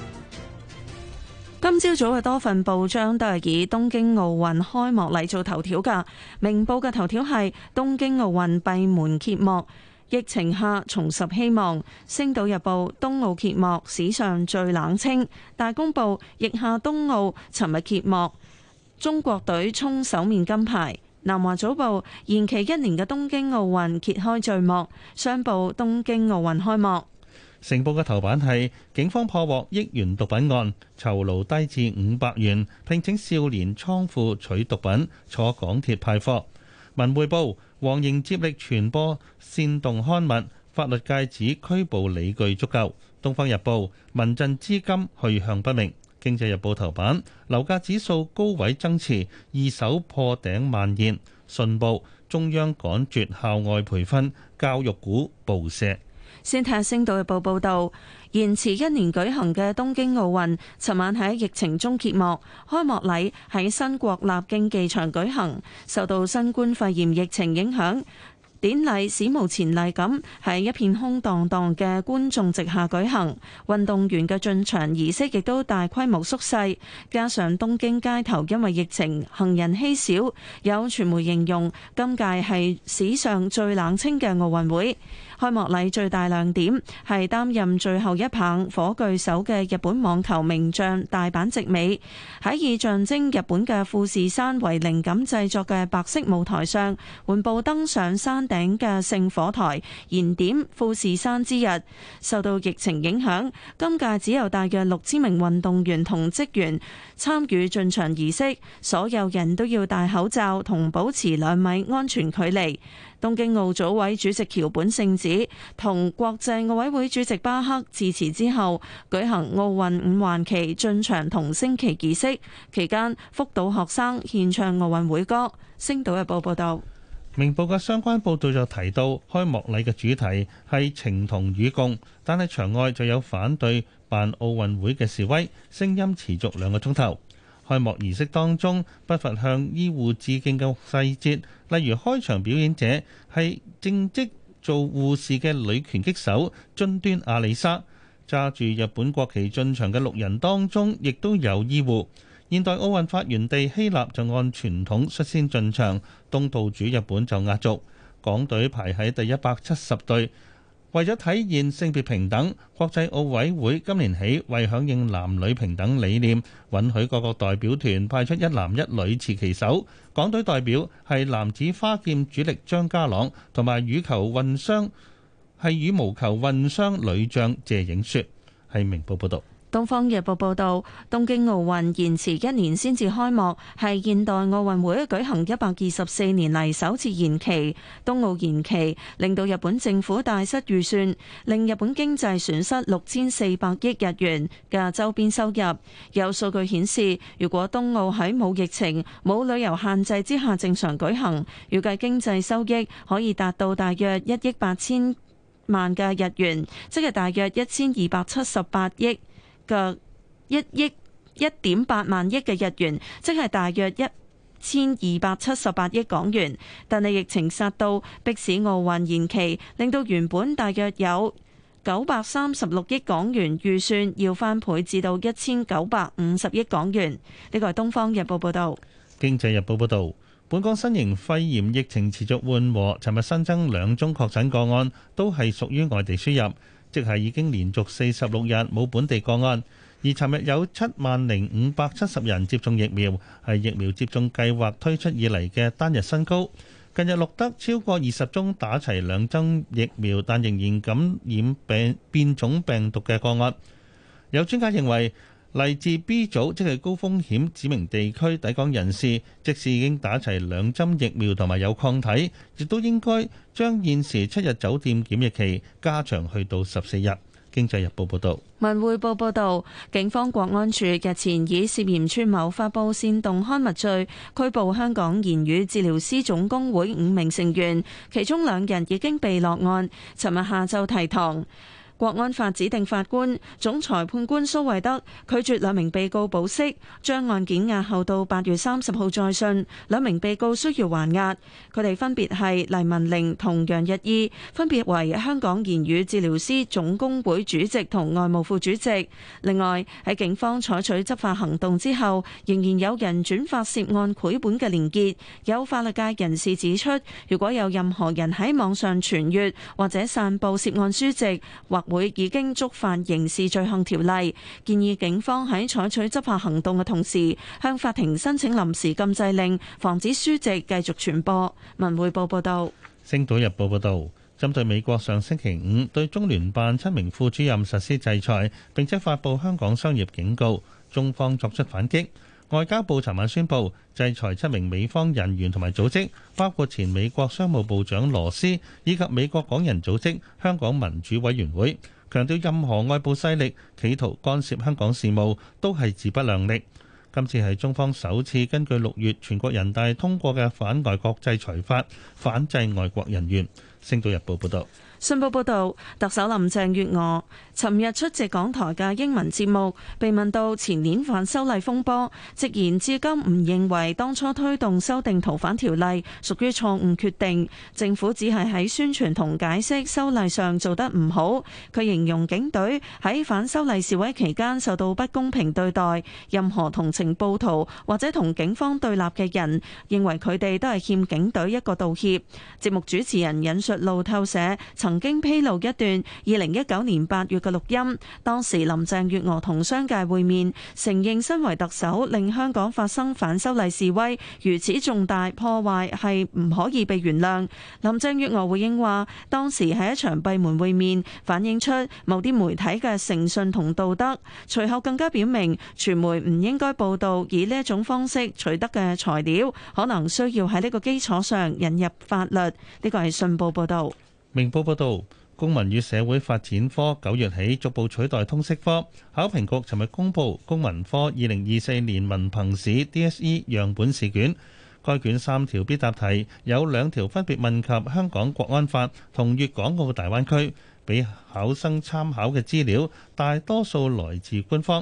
今朝早嘅多份報章都係以東京奧運開幕禮做頭條㗎。明報嘅頭條係東京奧運閉門揭幕。疫情下重拾希望。星島日報東奧揭幕史上最冷清。大公報疫下東奧尋日揭幕，中國隊衝首面金牌。南華早報延期一年嘅東京奧運揭開序幕。商報東京奧運開幕。 成報嘅頭版係警方破獲億元毒品案，酬勞低至五百元，聘請少年倉庫取毒品，坐港鐵派貨。文匯報黃營接力傳播煽動刊物，法律界指拘捕理據足夠。東方日報民陣資金去向不明。經濟日報頭版樓價指數高位增持，二手破頂蔓延。信報中央趕絕校外培訓，教育股暴瀉。 先睇下《星島日報》報導，延遲一年舉行嘅東京奧運，尋晚喺疫情中揭幕，開幕禮喺新國立競技場舉行，受到新冠肺炎疫情影響，典禮史無前例咁喺一片空蕩蕩嘅觀眾席下舉行，運動員嘅進場儀式亦都大規模縮細，加上東京街頭因為疫情行人稀少，有傳媒形容今屆係史上最冷清嘅奧運會。開幕禮最大亮點係擔任最後一棒火炬手嘅日本網球名將大阪直美，喺以象徵日本嘅富士山為靈感製作嘅白色舞台上，緩步登上山頂嘅聖火台，燃點富士山之日。受到疫情影響，今屆只有大約六千名運動員同職員參與進場儀式，所有人都要戴口罩同保持兩米安全距離。東京奧組委主席橋本聖子同國際奧委會主席巴克致辭之後，舉行奧運五環旗進場同升旗儀式，期間福島學生獻唱奧運會歌。星島日報報道。 明報嘅相關報導就提到，開幕禮嘅主題係情同與共，但係場外就有反對辦奧運會嘅示威，聲音持續兩個鐘頭。 開幕儀式當中不乏向醫護致敬嘅細節，例如開場表演者係正職做護士嘅女拳擊手津端阿里莎，揸住日本國旗進場嘅六人當中亦都有醫護。現代奧運發源地希臘就按傳統率先進場，東道主日本就壓軸，港隊排喺第一百七十隊。為咗體現性別平等，國際奧委會今年起為響應男女平等理念，允許各個代表團派出一男一女持旗手。港隊代表係男子花劍主力張家朗，同埋羽球混雙係羽毛球混雙女將謝影雪。係明報報道。 《東方日報》報導，東京奧運延遲一年先至開幕，係現代奧運會舉行一百二十四年嚟首次延期。東奧延期令到日本政府大失預算，令日本經濟損失六千四百億日元嘅周邊收入。有數據顯示，如果東奧喺冇疫情、冇旅遊限制之下正常舉行，預計經濟收益可以達到大約一億八千萬嘅日元，即係大約一千二百七十八億嘅一億一點八萬億嘅日元，即係大約一千二百七十八億港元。但係疫情殺到，迫使奧運延期，令到原本大約有九百三十六億港元預算要翻倍至到一千九百五十億港元。呢個係《東方日報》報導。《 經濟日報》報導，本港新型肺炎疫情持續緩和，尋日新增兩宗確診個案，都係屬於外地輸入。即係已經連續四十六日冇本地個案，而尋日有七萬零五百七十人接種疫苗，係疫苗接種計劃推出以嚟嘅單日新高。近日錄得超過二十宗打齊兩針疫苗但仍然感染病變種病毒嘅個案。有專家認為，嚟自 B 組即係高風險指明地區抵港人士，即使已經打齊兩針疫苗同埋有抗體，亦都應該將現時七日酒店檢疫期加長去到十四日。經濟日報報導。 文匯報報導，警方國安處日前以涉嫌串謀發布煽動刊物罪拘捕香港言語治療師總工會五名成員，其中兩人已經被落案，尋日下晝提堂。國安法指定法官總裁判官蘇惠德拒絕兩名被告保釋，將案件押後到八月三十號再訊。兩名被告需要還押，佢哋分別係黎文玲同楊日意，分別為香港言語治療師總工會主席同外務副主席。另外喺警方採取執法行動之後，仍然有人轉發涉案繪本嘅連結。有法律界人士指出，如果有任何人喺網上傳閱或者散佈涉案書籍，或會已經觸犯刑事罪行條例，建議警方喺採取執法行動嘅同時，向法庭申請臨時禁制令，防止書籍繼續傳播。文匯報報道。 星島日報報道，針對美國上星期五對中聯辦七名副主任實施制裁，並且發布香港商業警告，中方作出反擊。外交部尋晚宣布制裁七名美方人員同埋組織，包括前美國商務部長羅斯以及美國港人組織香港民主委員會，強調任何外部勢力企圖干涉香港事務都係自不量力。今次係中方首次根據六月全國人大通過嘅反外國制裁法反制外國人員。星島日報報道。 信報報導，特首林鄭月娥尋日出席港台嘅英文節目，被問到前年反修例風波，直言至今唔認為當初推動修訂逃犯條例屬於錯誤決定，政府只係喺宣傳同解釋修例上做得唔好。佢形容警隊喺反修例示威期間受到不公平對待，任何同情暴徒或者同警方對立嘅人，認為佢哋都係欠警隊一個道歉。節目主持人引述路透社曾經披露一段二零一九年八月嘅錄音，當時林鄭月娥同商界會面，承認身為特首令香港發生反修例示威如此重大破壞係唔可以被原諒。林鄭月娥回應話，當時係一場閉門會面，反映出某啲媒體嘅誠信同道德。隨後更加表明，傳媒唔應該報道以呢一種方式取得嘅材料，可能需要喺呢個基礎上引入法律。呢個係信報報道。 明報報導，公民與社會發展科九月起逐步取代通識科。考評局尋日公布公民科二零二四年文憑試 D S E 樣本試卷，該卷三條必答題有兩條分別問及香港國安法同粵港澳大灣區，俾考生參考嘅資料大多數來自官方。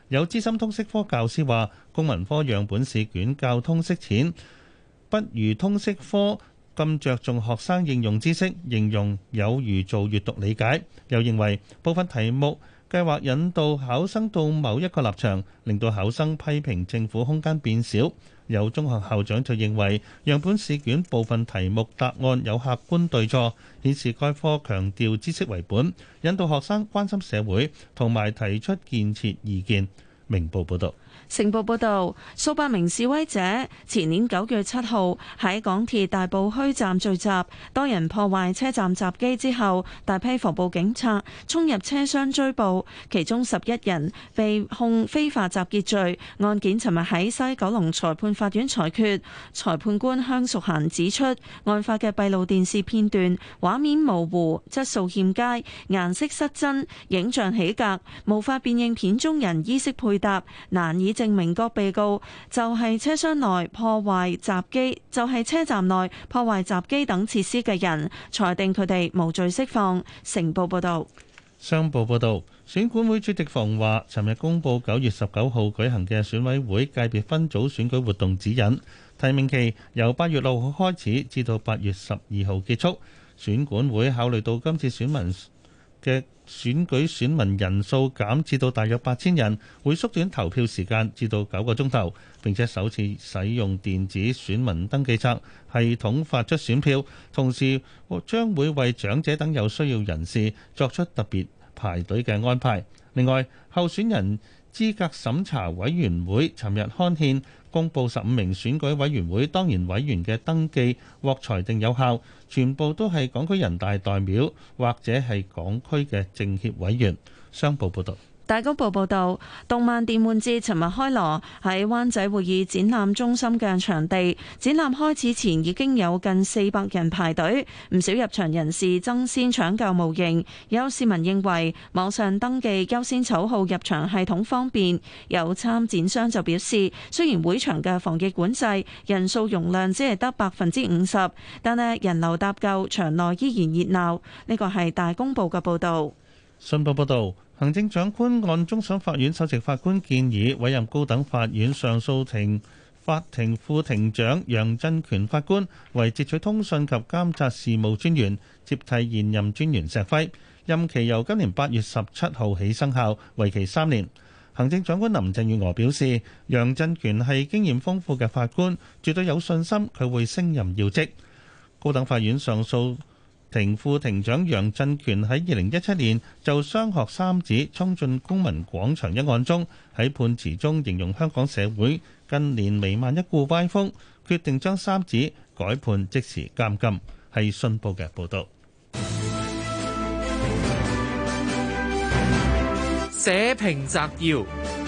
有資深通識科教師話，公民科樣本試卷較通識淺，不如通識科咁着重學生應用知識，形容有如做閱讀理解。又認為部分題目計劃引導考生到某一個立場，令到考生批評政府空間變小。有中學校長就認為樣本試卷部分題目答案有客觀對錯，顯示該科強調知識為本，引導學生關心社會同埋提出建設意見。明報報道。 成報報導，數百名示威者前年九月七號喺港鐵大埔墟站聚集，多人破壞車站閘機之後，大批防暴警察衝入車廂追捕，其中十一人被控非法集結罪。案件尋日喺西九龍裁判法院裁決，裁判官香淑嫻指出，案發嘅閉路電視片段畫面模糊、質素欠佳、顏色失真、影像起格，無法辨認片中人衣飾配搭，難以證明各被告就係車廂內破壞閘機，就係車站內破壞閘機等設施嘅人，裁定佢哋無罪釋放。成報報道。 商報報導，選管會主席馮驊尋日公布九月十九號舉行嘅選委會界別分組選舉活動指引，提名期由八月六號開始至到八月十二號結束。選管會考慮到今次選民嘅選舉選民人數減至到大約八千人，會縮短投票時間至到九個鐘頭，並且首次使用電子選民登記冊系統發出選票，同時將會為長者等有需要人士作出特別排隊嘅安排。另外，候選人資格審查委員會尋日刊憲公布十五名選舉委員會當然委員嘅登記獲裁定有效，全部都係港區人大代表或者係港區嘅政協委員。商報報道。 大公報報導，動漫電玩節尋日開鑼，喺灣仔會議展覽中心嘅場地，展覽開始前已經有近四百人排隊，唔少入場人士爭先搶購模型。有市民認為網上登記優先籌號入場系統方便。有參展商就表示，雖然會場嘅防疫管制，人數容量只係得百分之五十，但係人流搭夠，場內依然熱鬧。呢個係大公報嘅報導。 信報報導。行政長官按終審法院首席法官建議委任高等法院上訴庭法庭副庭長楊振權法官為截取通訊及監察事務專員，接替現任專員石輝，任期由今年八月十七號起生效，為期三年。行政長官林鄭月娥表示，楊振權係經驗豐富嘅法官，絕對有信心佢會升任要職。高等法院上訴庭副庭長楊振權喺二零一七年就雙學三子衝進公民廣場一案中，喺判詞中形容香港社會近年彌漫一股歪風，決定將三子改判即時監禁。係信報嘅報導。 社評摘要。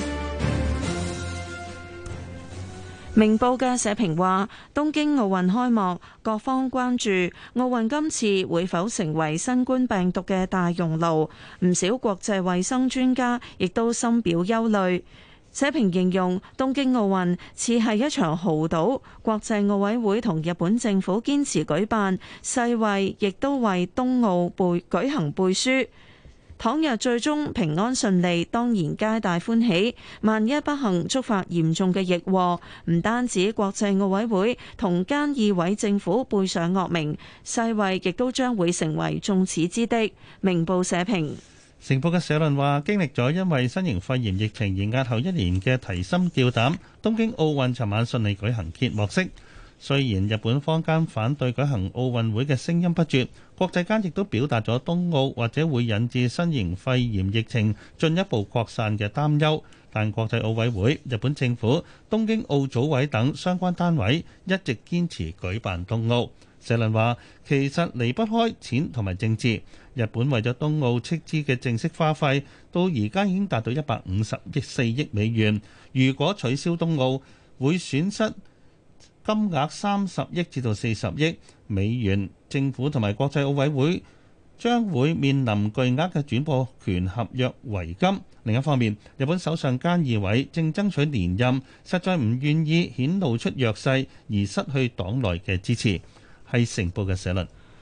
明報嘅社評話，東京奧運開幕，各方關注奧運今次會否成為新冠病毒嘅大熔爐，唔少國際衛生專家亦都深表憂慮。社評形容東京奧運似係一場豪賭，國際奧委會同日本政府堅持舉辦，世衛亦都為東奧背舉行背書。倘若最終平安順利，當然皆大歡喜。萬一不幸觸發嚴重嘅疫禍，唔單止國際奧委會同菅義偉政府背上惡名，世衛亦都將會成為眾矢之的。明報社評。 成報嘅社論話，經歷咗因為新型肺炎疫情而押後一年嘅提心吊膽，東京奧運尋晚順利舉行揭幕式。雖然日本坊間反對舉行奧運會嘅聲音不絕，國際間亦都表達咗東奧或者會引致新型肺炎疫情進一步擴散嘅擔憂，但國際奧委會、日本政府、東京奧組委等相關單位一直堅持舉辦東奧。社論話，其實離不開錢同埋政治。日本為咗東奧斥資嘅正式花費，到而家已經達到一百五十億四億美元。如果取消東奧，會損失金額三十億至到四十億美元，政府同埋國際奧委會將會面臨巨額嘅轉播權合約違金。另一方面，日本首相菅義偉正爭取連任，實在唔願意顯露出弱勢而失去黨內嘅支持。係成報嘅社論。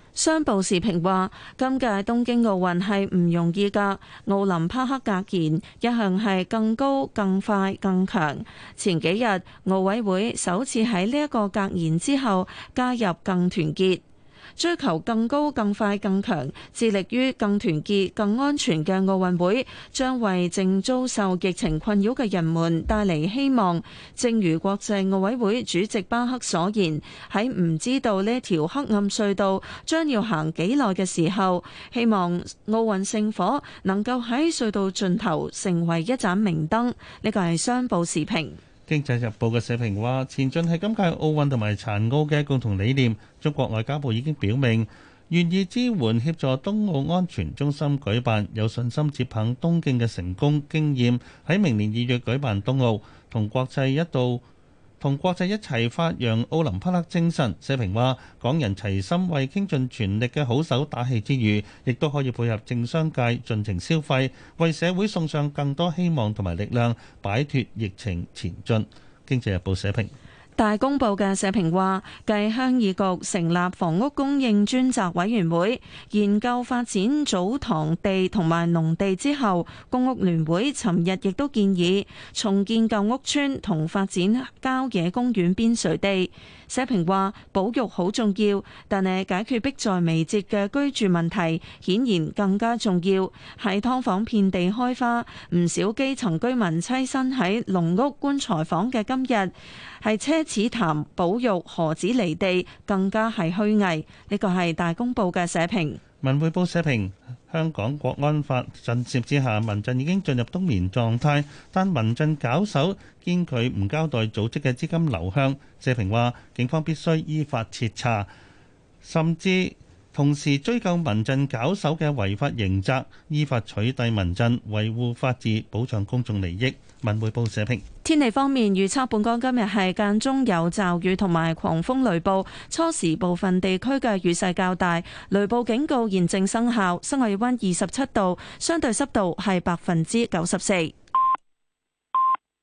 商報時評話：今屆東京奧運係唔容易㗎，奧林匹克格言一向係更高、更快、更強。前幾日奧委會首次喺呢一個格言之後加入更團結。追求更高、更快、更強，致力於更團結、更安全嘅奧運會，將為正遭受疫情困擾嘅人們帶嚟希望。正如國際奧委會主席巴克所言，喺唔知道呢條黑暗隧道將要行幾耐嘅時候，希望奧運聖火能夠喺隧道盡頭成為一盞明燈。呢個係商報時評。 《經濟日報》嘅社評話：前進係今屆奧運同埋殘奧嘅共同理念。中國外交部已經表明願意支援協助東奧安全中心舉辦，有信心接棒東京嘅成功經驗，喺明年二月舉辦東奧，同國際一道同國際一齊發揚奧林匹克精神。社評話：港人齊心為傾盡全力嘅好手打氣之餘，亦都可以配合政商界盡情消費，為社會送上更多希望同埋力量，擺脫疫情前進。經濟日報社評。 大公報嘅社評話，繼鄉議局成立房屋供應專責委員會，研究發展祖堂地同埋農地之後，公屋聯會尋日亦都建議重建舊屋邨同發展郊野公園邊陲地。社評話，保育好重要，但係解決迫在眉睫嘅居住問題顯然更加重要。喺劏房遍地開花，唔少基層居民棲身喺籠屋棺材房嘅今日，係奢侈談保育何止離地，更加係虛偽。呢個係大公報嘅社評。 文匯報社評：香港國安法震懾之下，民陣已經進入冬眠狀態，但民陣搞手堅拒唔交代組織嘅資金流向。社評話，警方必須依法徹查，甚至同時追究民陣搞手嘅違法刑責，依法取締民陣，維護法治，保障公眾利益。文匯報社評。 天氣方面預測，本港今日係間中有驟雨同埋狂風雷暴，初時部分地區嘅雨勢較大，雷暴警告現正生效。室外氣溫二十七度，相對濕度係百分之九十四。